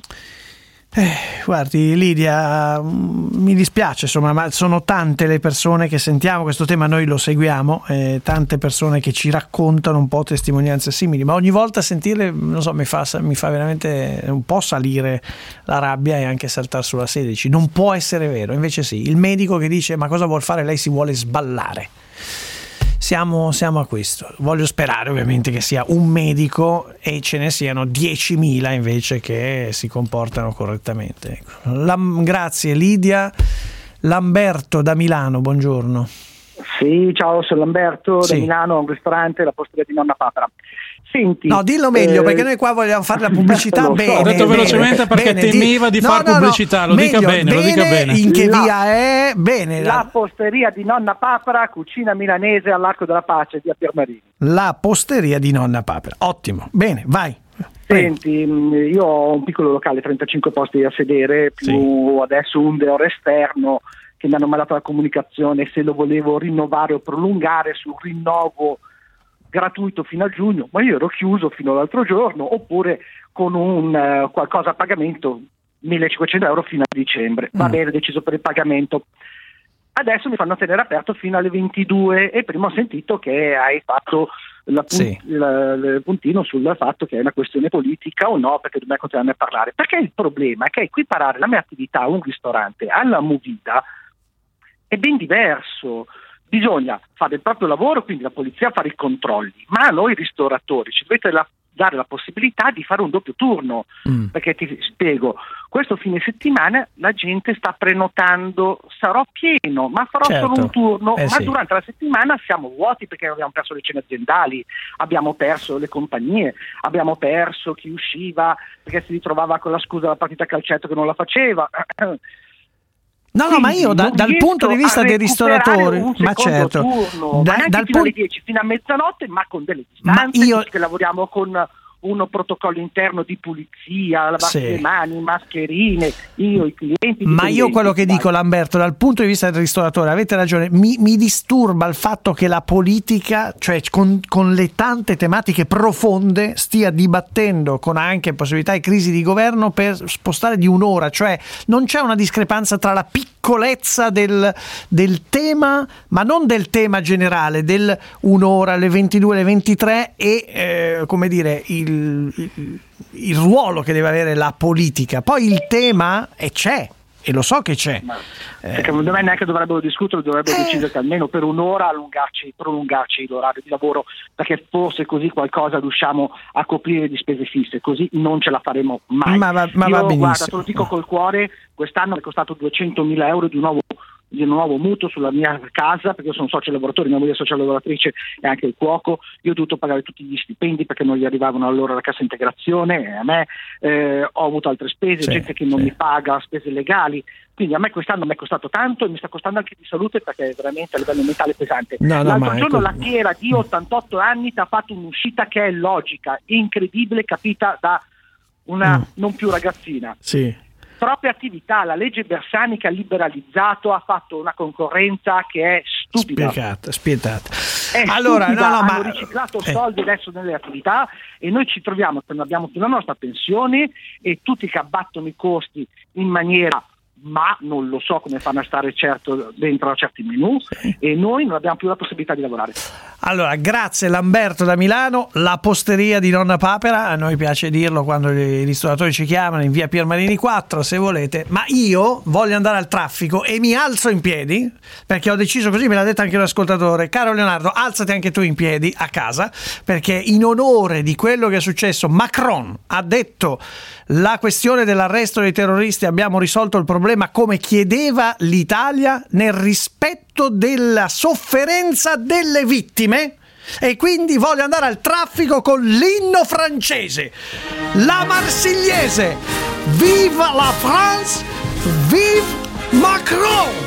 Guardi Lidia, mi dispiace insomma, ma sono tante le persone che sentiamo questo tema, noi lo seguiamo, tante persone che ci raccontano un po' testimonianze simili, ma ogni volta sentirle, non so, mi fa veramente un po' salire la rabbia e anche saltare sulla sedia. Dici, non può essere vero, invece sì, il medico che dice ma cosa vuol fare, lei si vuole sballare. Siamo a questo. Voglio sperare ovviamente che sia un medico e ce ne siano 10.000 invece che si comportano correttamente. Grazie Lidia. Lamberto da Milano, buongiorno. Sì, ciao, sono Lamberto da Milano, un ristorante, la Posteria di Nonna Papera. Senti, no, dillo meglio perché noi qua vogliamo fare la pubblicità bene. Ho detto velocemente perché temeva di far pubblicità, lo dica bene. In che via è? Bene. La Posteria di Nonna Papera, cucina milanese all'Arco della Pace di Piermarini. La Posteria di Nonna Papera, ottimo, bene, vai. Senti, io ho un piccolo locale, 35 posti a sedere, più adesso un deor esterno che mi hanno mandato la comunicazione se lo volevo rinnovare o prolungare sul rinnovo gratuito fino a giugno, ma io ero chiuso fino all'altro giorno, oppure con un qualcosa a pagamento, 1.500 euro fino a dicembre. Va bene, deciso per il pagamento. Adesso mi fanno tenere aperto fino alle 22 e prima ho sentito che hai fatto il puntino sul fatto che è una questione politica o no, perché dobbiamo continuare a parlare. Perché il problema è che equiparare la mia attività a un ristorante alla movida è ben diverso. Bisogna fare il proprio lavoro, quindi la polizia fare i controlli, ma a noi ristoratori ci dovete dare la possibilità di fare un doppio turno, perché ti spiego, questo fine settimana la gente sta prenotando, sarò pieno, ma farò solo un turno, ma sì. Durante la settimana siamo vuoti perché abbiamo perso le cene aziendali, abbiamo perso le compagnie, abbiamo perso chi usciva perché si ritrovava con la scusa della partita a calcetto che non la faceva. No, ma io dal punto di vista dei ristoratori, ma certo, turno, dal fino alle 10 fino a mezzanotte, ma con delle distanze, che lavoriamo con un protocollo interno di pulizia, lavarsi le mani, mascherine, i clienti. Ma io quello che dico, Lamberto, dal punto di vista del ristoratore, avete ragione, mi disturba il fatto che la politica, cioè con le tante tematiche profonde, stia dibattendo con anche possibilità di crisi di governo per spostare di un'ora, cioè non c'è una discrepanza tra la piccolezza del tema, ma non del tema generale, del un'ora, alle 22, alle 23 e come dire il ruolo che deve avere la politica. Poi il tema c'è, e lo so che c'è. Secondo me neanche dovrebbero discutere, dovrebbero decidere che almeno per un'ora prolungarci l'orario di lavoro, perché forse così qualcosa riusciamo a coprire di spese fisse, così non ce la faremo mai. Ma va benissimo. Guarda, te lo dico col cuore, quest'anno è costato 200.000 euro di un nuovo mutuo sulla mia casa, perché io sono socio lavoratore, mia moglie è socia lavoratrice e anche il cuoco. Io ho dovuto pagare tutti gli stipendi perché non gli arrivavano allora la cassa integrazione, e a me ho avuto altre spese, gente che non mi paga, spese legali, quindi a me quest'anno mi è costato tanto e mi sta costando anche di salute, perché è veramente a livello mentale pesante. L'altro giorno la Chiera di 88 anni ti ha fatto un'uscita che è logica, incredibile, capita da una non più ragazzina. Troppe attività, la legge Bersani che ha liberalizzato ha fatto una concorrenza che è stupida, spietata. Allora, hanno riciclato soldi adesso nelle attività e noi ci troviamo che abbiamo la nostra pensione e tutti che abbattono i costi in maniera, ma non lo so come fanno a stare certo dentro a certi menù, e noi non abbiamo più la possibilità di lavorare. Allora, grazie Lamberto da Milano, la posteria di Nonna Papera, a noi piace dirlo quando i ristoratori ci chiamano, in via Piermarini 4 se volete, ma io voglio andare al traffico e mi alzo in piedi, perché ho deciso così, me l'ha detto anche l'ascoltatore. Caro Leonardo, alzati anche tu in piedi a casa, perché in onore di quello che è successo, Macron ha detto: la questione dell'arresto dei terroristi abbiamo risolto il problema come chiedeva l'Italia, nel rispetto della sofferenza delle vittime, e quindi voglio andare al traffico con l'inno francese, la Marsigliese. Vive la France, vive Macron.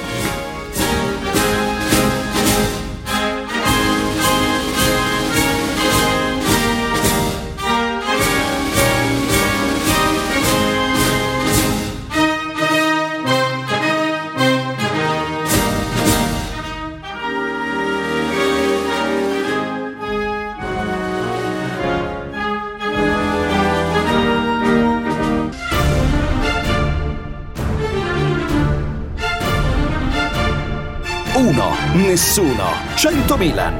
Uno, nessuno, 100 Milan.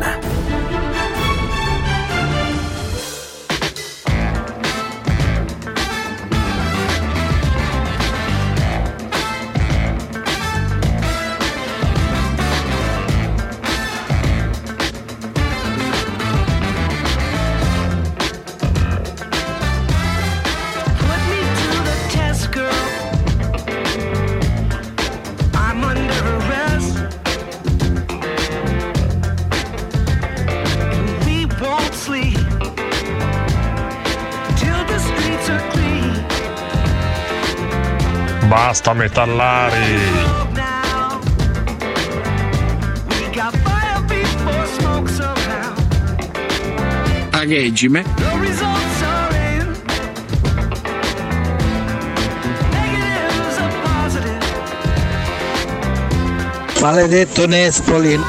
Basta metallari. A Regime maledetto Nespoli.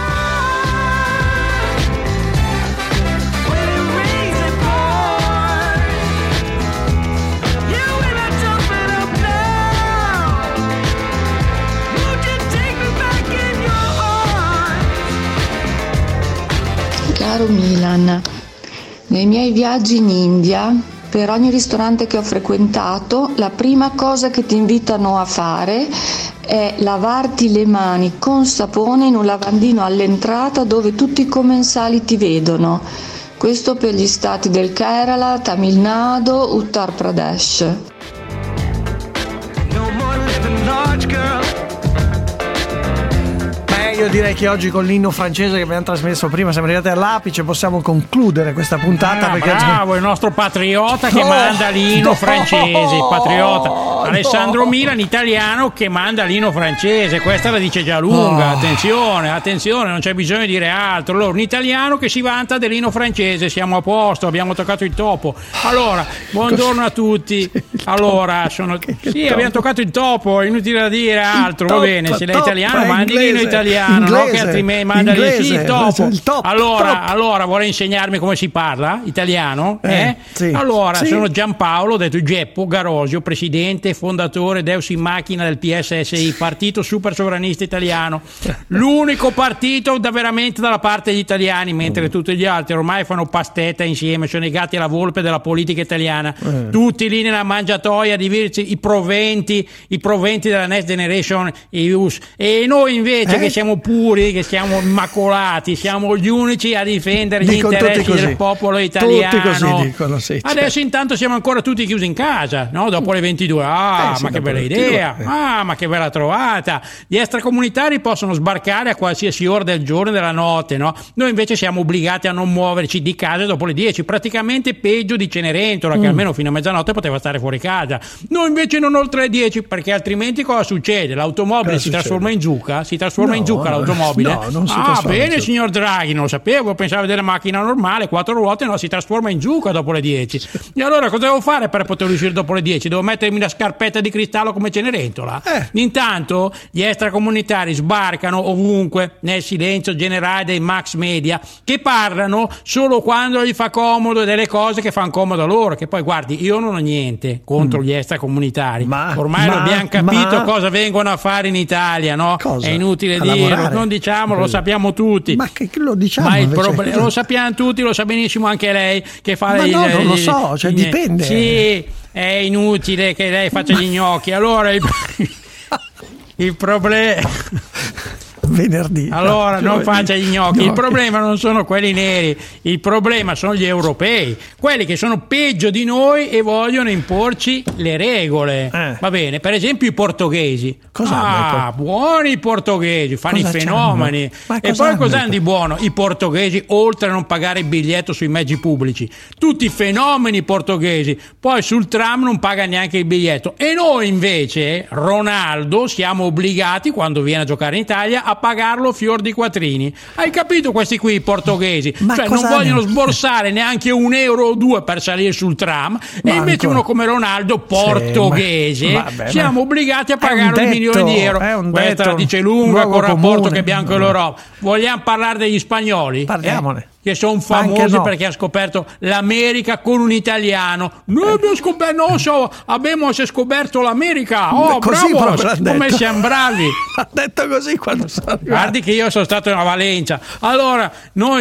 Caro Milan, nei miei viaggi in India, per ogni ristorante che ho frequentato, la prima cosa che ti invitano a fare è lavarti le mani con sapone in un lavandino all'entrata dove tutti i commensali ti vedono. Questo per gli stati del Kerala, Tamil Nadu, Uttar Pradesh. Io direi che oggi con l'inno francese che abbiamo trasmesso prima siamo arrivati all'apice, possiamo concludere questa puntata. Perché bravo, il nostro patriota che manda l'inno francese, il patriota Alessandro Milan, italiano, che manda l'inno francese. Questa la dice già lunga. Attenzione, non c'è bisogno di dire altro. Allora, un italiano che si vanta dell'inno francese, siamo a posto, abbiamo toccato il topo. Allora, buongiorno a tutti. Allora, abbiamo toccato il topo, è inutile da dire altro. Va bene, se lei è italiano, mandi l'inno italiano. No, che altrimenti manda il topo. Allora vorrei insegnarmi come si parla italiano? Sì, allora, sono Giampaolo, detto Geppo Garosio, presidente e fondatore Deus in Macchina del PSSI, Partito Super Sovranista Italiano, l'unico partito veramente dalla parte degli italiani, mentre tutti gli altri ormai fanno pastetta insieme, sono legati alla volpe della politica italiana, tutti lì nella mangiatoia a dividersi i proventi della Next Generation EU, e noi invece che siamo puri, che siamo immacolati, siamo gli unici a difendere gli interessi del popolo italiano. Tutti così dicono, sì, adesso intanto siamo ancora tutti chiusi in casa, no? Dopo le 22. Ma che bella idea, ma che bella trovata. Gli extracomunitari possono sbarcare a qualsiasi ora del giorno e della notte, no? Noi invece siamo obbligati a non muoverci di casa dopo le 10, praticamente peggio di Cenerentola, che almeno fino a mezzanotte poteva stare fuori casa. Noi invece non oltre le 10, perché altrimenti cosa succede? L'automobile si trasforma in zucca, l'automobile. No, non si trasforma bene, in signor Draghi, non lo sapevo, pensavo della macchina normale, 4 ruote, no, si trasforma in zucca dopo le 10. E allora cosa devo fare per poter uscire dopo le 10? Devo mettermi la scarpetta di cristallo come Cenerentola? Intanto gli extracomunitari sbarcano ovunque nel silenzio generale dei max media, che parlano solo quando gli fa comodo, delle cose che fanno comodo a loro. Che poi guardi, io non ho niente contro gli extracomunitari, ormai abbiamo capito cosa vengono a fare in Italia, no? È inutile dirlo, non diciamolo, lo sappiamo tutti. Ma che lo diciamo? Ma il problema lo sappiamo tutti, lo sa benissimo anche lei che fa non lo so, cioè dipende. Sì, è inutile che lei faccia gli gnocchi. Allora il problema venerdì. Allora non faccia gli gnocchi. Il problema non sono quelli neri, il problema sono gli europei, quelli che sono peggio di noi e vogliono imporci le regole. Va bene, per esempio i portoghesi. Buoni i portoghesi, fanno i fenomeni. E poi cosa hanno di buono? I portoghesi, oltre a non pagare il biglietto sui mezzi pubblici, tutti i fenomeni portoghesi, poi sul tram non paga neanche il biglietto. E noi invece, Ronaldo, siamo obbligati, quando viene a giocare in Italia, a pagarlo fior di quattrini. Hai capito questi qui i portoghesi? Cioè non vogliono sborsare neanche €1 o €2 per salire sul tram, e invece uno come Ronaldo, portoghese, siamo obbligati a pagare un milione di euro. Questa la dice lunga con il rapporto che abbiamo con l'Europa. Vogliamo parlare degli spagnoli? Parliamone. Che sono famosi perché ha scoperto l'America con un italiano. Noi abbiamo scoperto l'America. Bravo, come siamo bravi. Ha detto così quando sono arrivato. Guardi che io sono stato a Valenza. Allora noi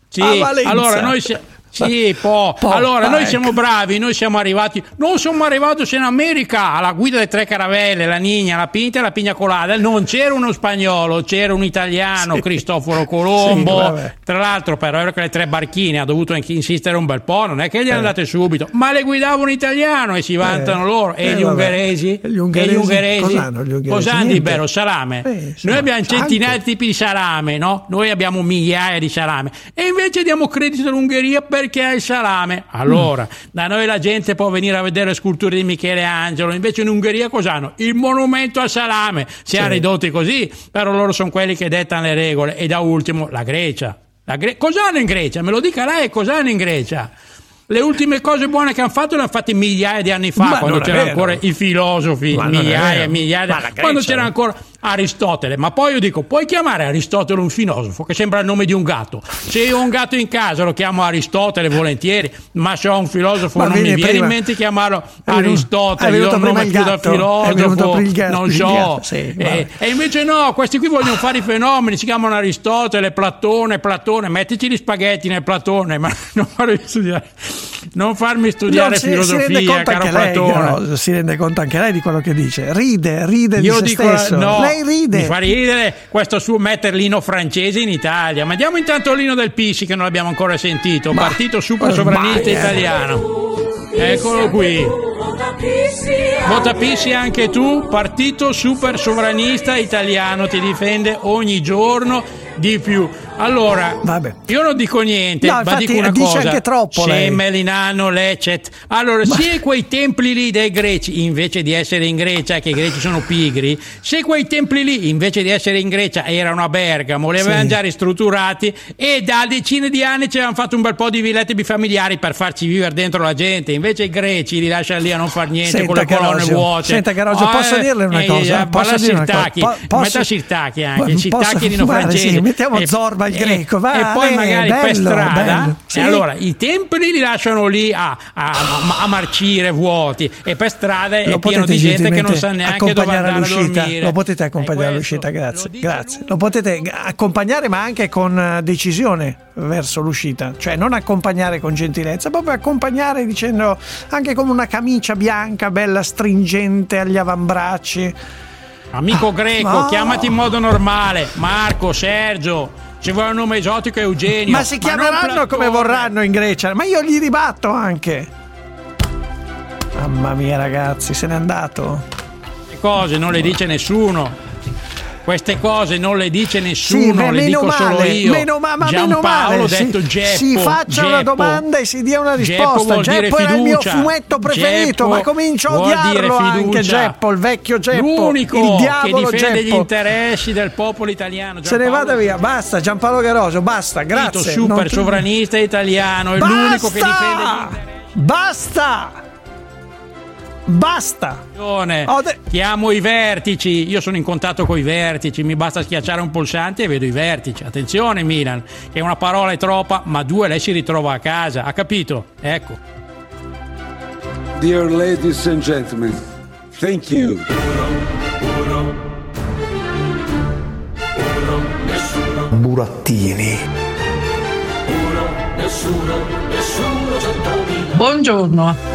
noi siamo bravi, noi siamo arrivati in America alla guida delle 3 caravelle, la Nigna, la Pinta e la Pigna Colada. Non c'era uno spagnolo, c'era un italiano, Cristoforo Colombo. Tra l'altro però era che le 3 barchine ha dovuto insistere un bel po', non è che gli andate subito, ma le guidava un italiano e si vantano loro. E gli ungheresi? Cosa hanno di bello? Salame. Noi abbiamo centinaia di tipi di salame, no? Noi abbiamo migliaia di salame e invece diamo credito all'Ungheria perché è il salame. Allora, da noi la gente può venire a vedere le sculture di Michelangelo, invece in Ungheria cos'hanno? Il monumento al salame. Siamo ridotti così, però loro sono quelli che dettano le regole. E da ultimo la Grecia. Cosa hanno in Grecia? Me lo dica lei, cosa hanno in Grecia? Le ultime cose buone che hanno fatto le hanno fatte migliaia di anni fa, quando c'erano ancora i filosofi, migliaia, quando c'era ancora Aristotele. Ma poi io dico, puoi chiamare Aristotele un filosofo, che sembra il nome di un gatto? Se io ho un gatto in casa lo chiamo Aristotele volentieri, ma se ho un filosofo non mi viene in mente chiamarlo Aristotele, io do un nome più da filosofo, non so. E invece no, questi qui vogliono fare i fenomeni, si chiamano Aristotele, Platone, mettici gli spaghetti nel Platone, ma non farmi studiare filosofia, caro Platone. Si rende conto anche lei di quello che dice, ride di se stesso. lei ride. Mi fa ridere questo suo mettere l'inno francese in Italia. Ma diamo intanto l'inno del PC che non l'abbiamo ancora sentito. Partito Super Sovranista Italiano. Eccolo qui. Vota Pissi anche tu. Partito Super Sovranista Italiano, ti difende ogni giorno di più. Allora, io non dico niente, no, ma dico una dice cosa. anche troppo Melinano, Lecet. Allora, se quei templi lì dei greci, invece di essere in Grecia, che i greci sono pigri, se quei templi lì, invece di essere in Grecia, erano a Bergamo, li avevano già ristrutturati e da decine di anni ci avevano fatto un bel po' di villette bifamiliari per farci vivere dentro la gente. Invece i greci li lasciano lì a non far niente con le colonne vuote. Senta Garogio, posso dirle una cosa? Posso dire Metta Sirtaki anche, Sirtaki di no francese. Mettiamo Zorba il greco, va, e poi magari bello, per strada bello, sì. E allora i templi li lasciano lì a marcire vuoti e per strada è pieno di gente che non sa neanche dove andare a dormire. Lo potete accompagnare all'uscita, grazie. Lo potete accompagnare, ma anche con decisione verso l'uscita, cioè non accompagnare con gentilezza, proprio accompagnare dicendo, anche con una camicia bianca bella stringente agli avambracci. Amico greco, chiamati in modo normale, Marco, Sergio. Ci vuole un nome esotico, Eugenio. Ma si chiameranno come vorranno in Grecia, ma io gli ribatto anche. Mamma mia, ragazzi, se n'è andato. Le cose non le dice nessuno. Queste cose non le dice nessuno, le dico solo io. Giampaolo, detto Geppo. Si faccia una domanda e si dia una risposta. Geppo era il mio fumetto preferito, ma comincio a odiarlo anche Geppo, il vecchio Geppo. L'unico il diavolo che difende Geppo. gli interessi del popolo italiano. Se ne vada via, basta, Giampaolo Garosio, basta, grazie. Super sovranista italiano, è l'unico che difende gli interessi. Basta! Chiamo i vertici, io sono in contatto con i vertici, mi basta schiacciare un pulsante e vedo i vertici. Attenzione Milan, che una parola è troppa, ma due lei si ritrova a casa, ha capito? Ecco. Dear ladies and gentlemen, thank you. Burattini. Buongiorno.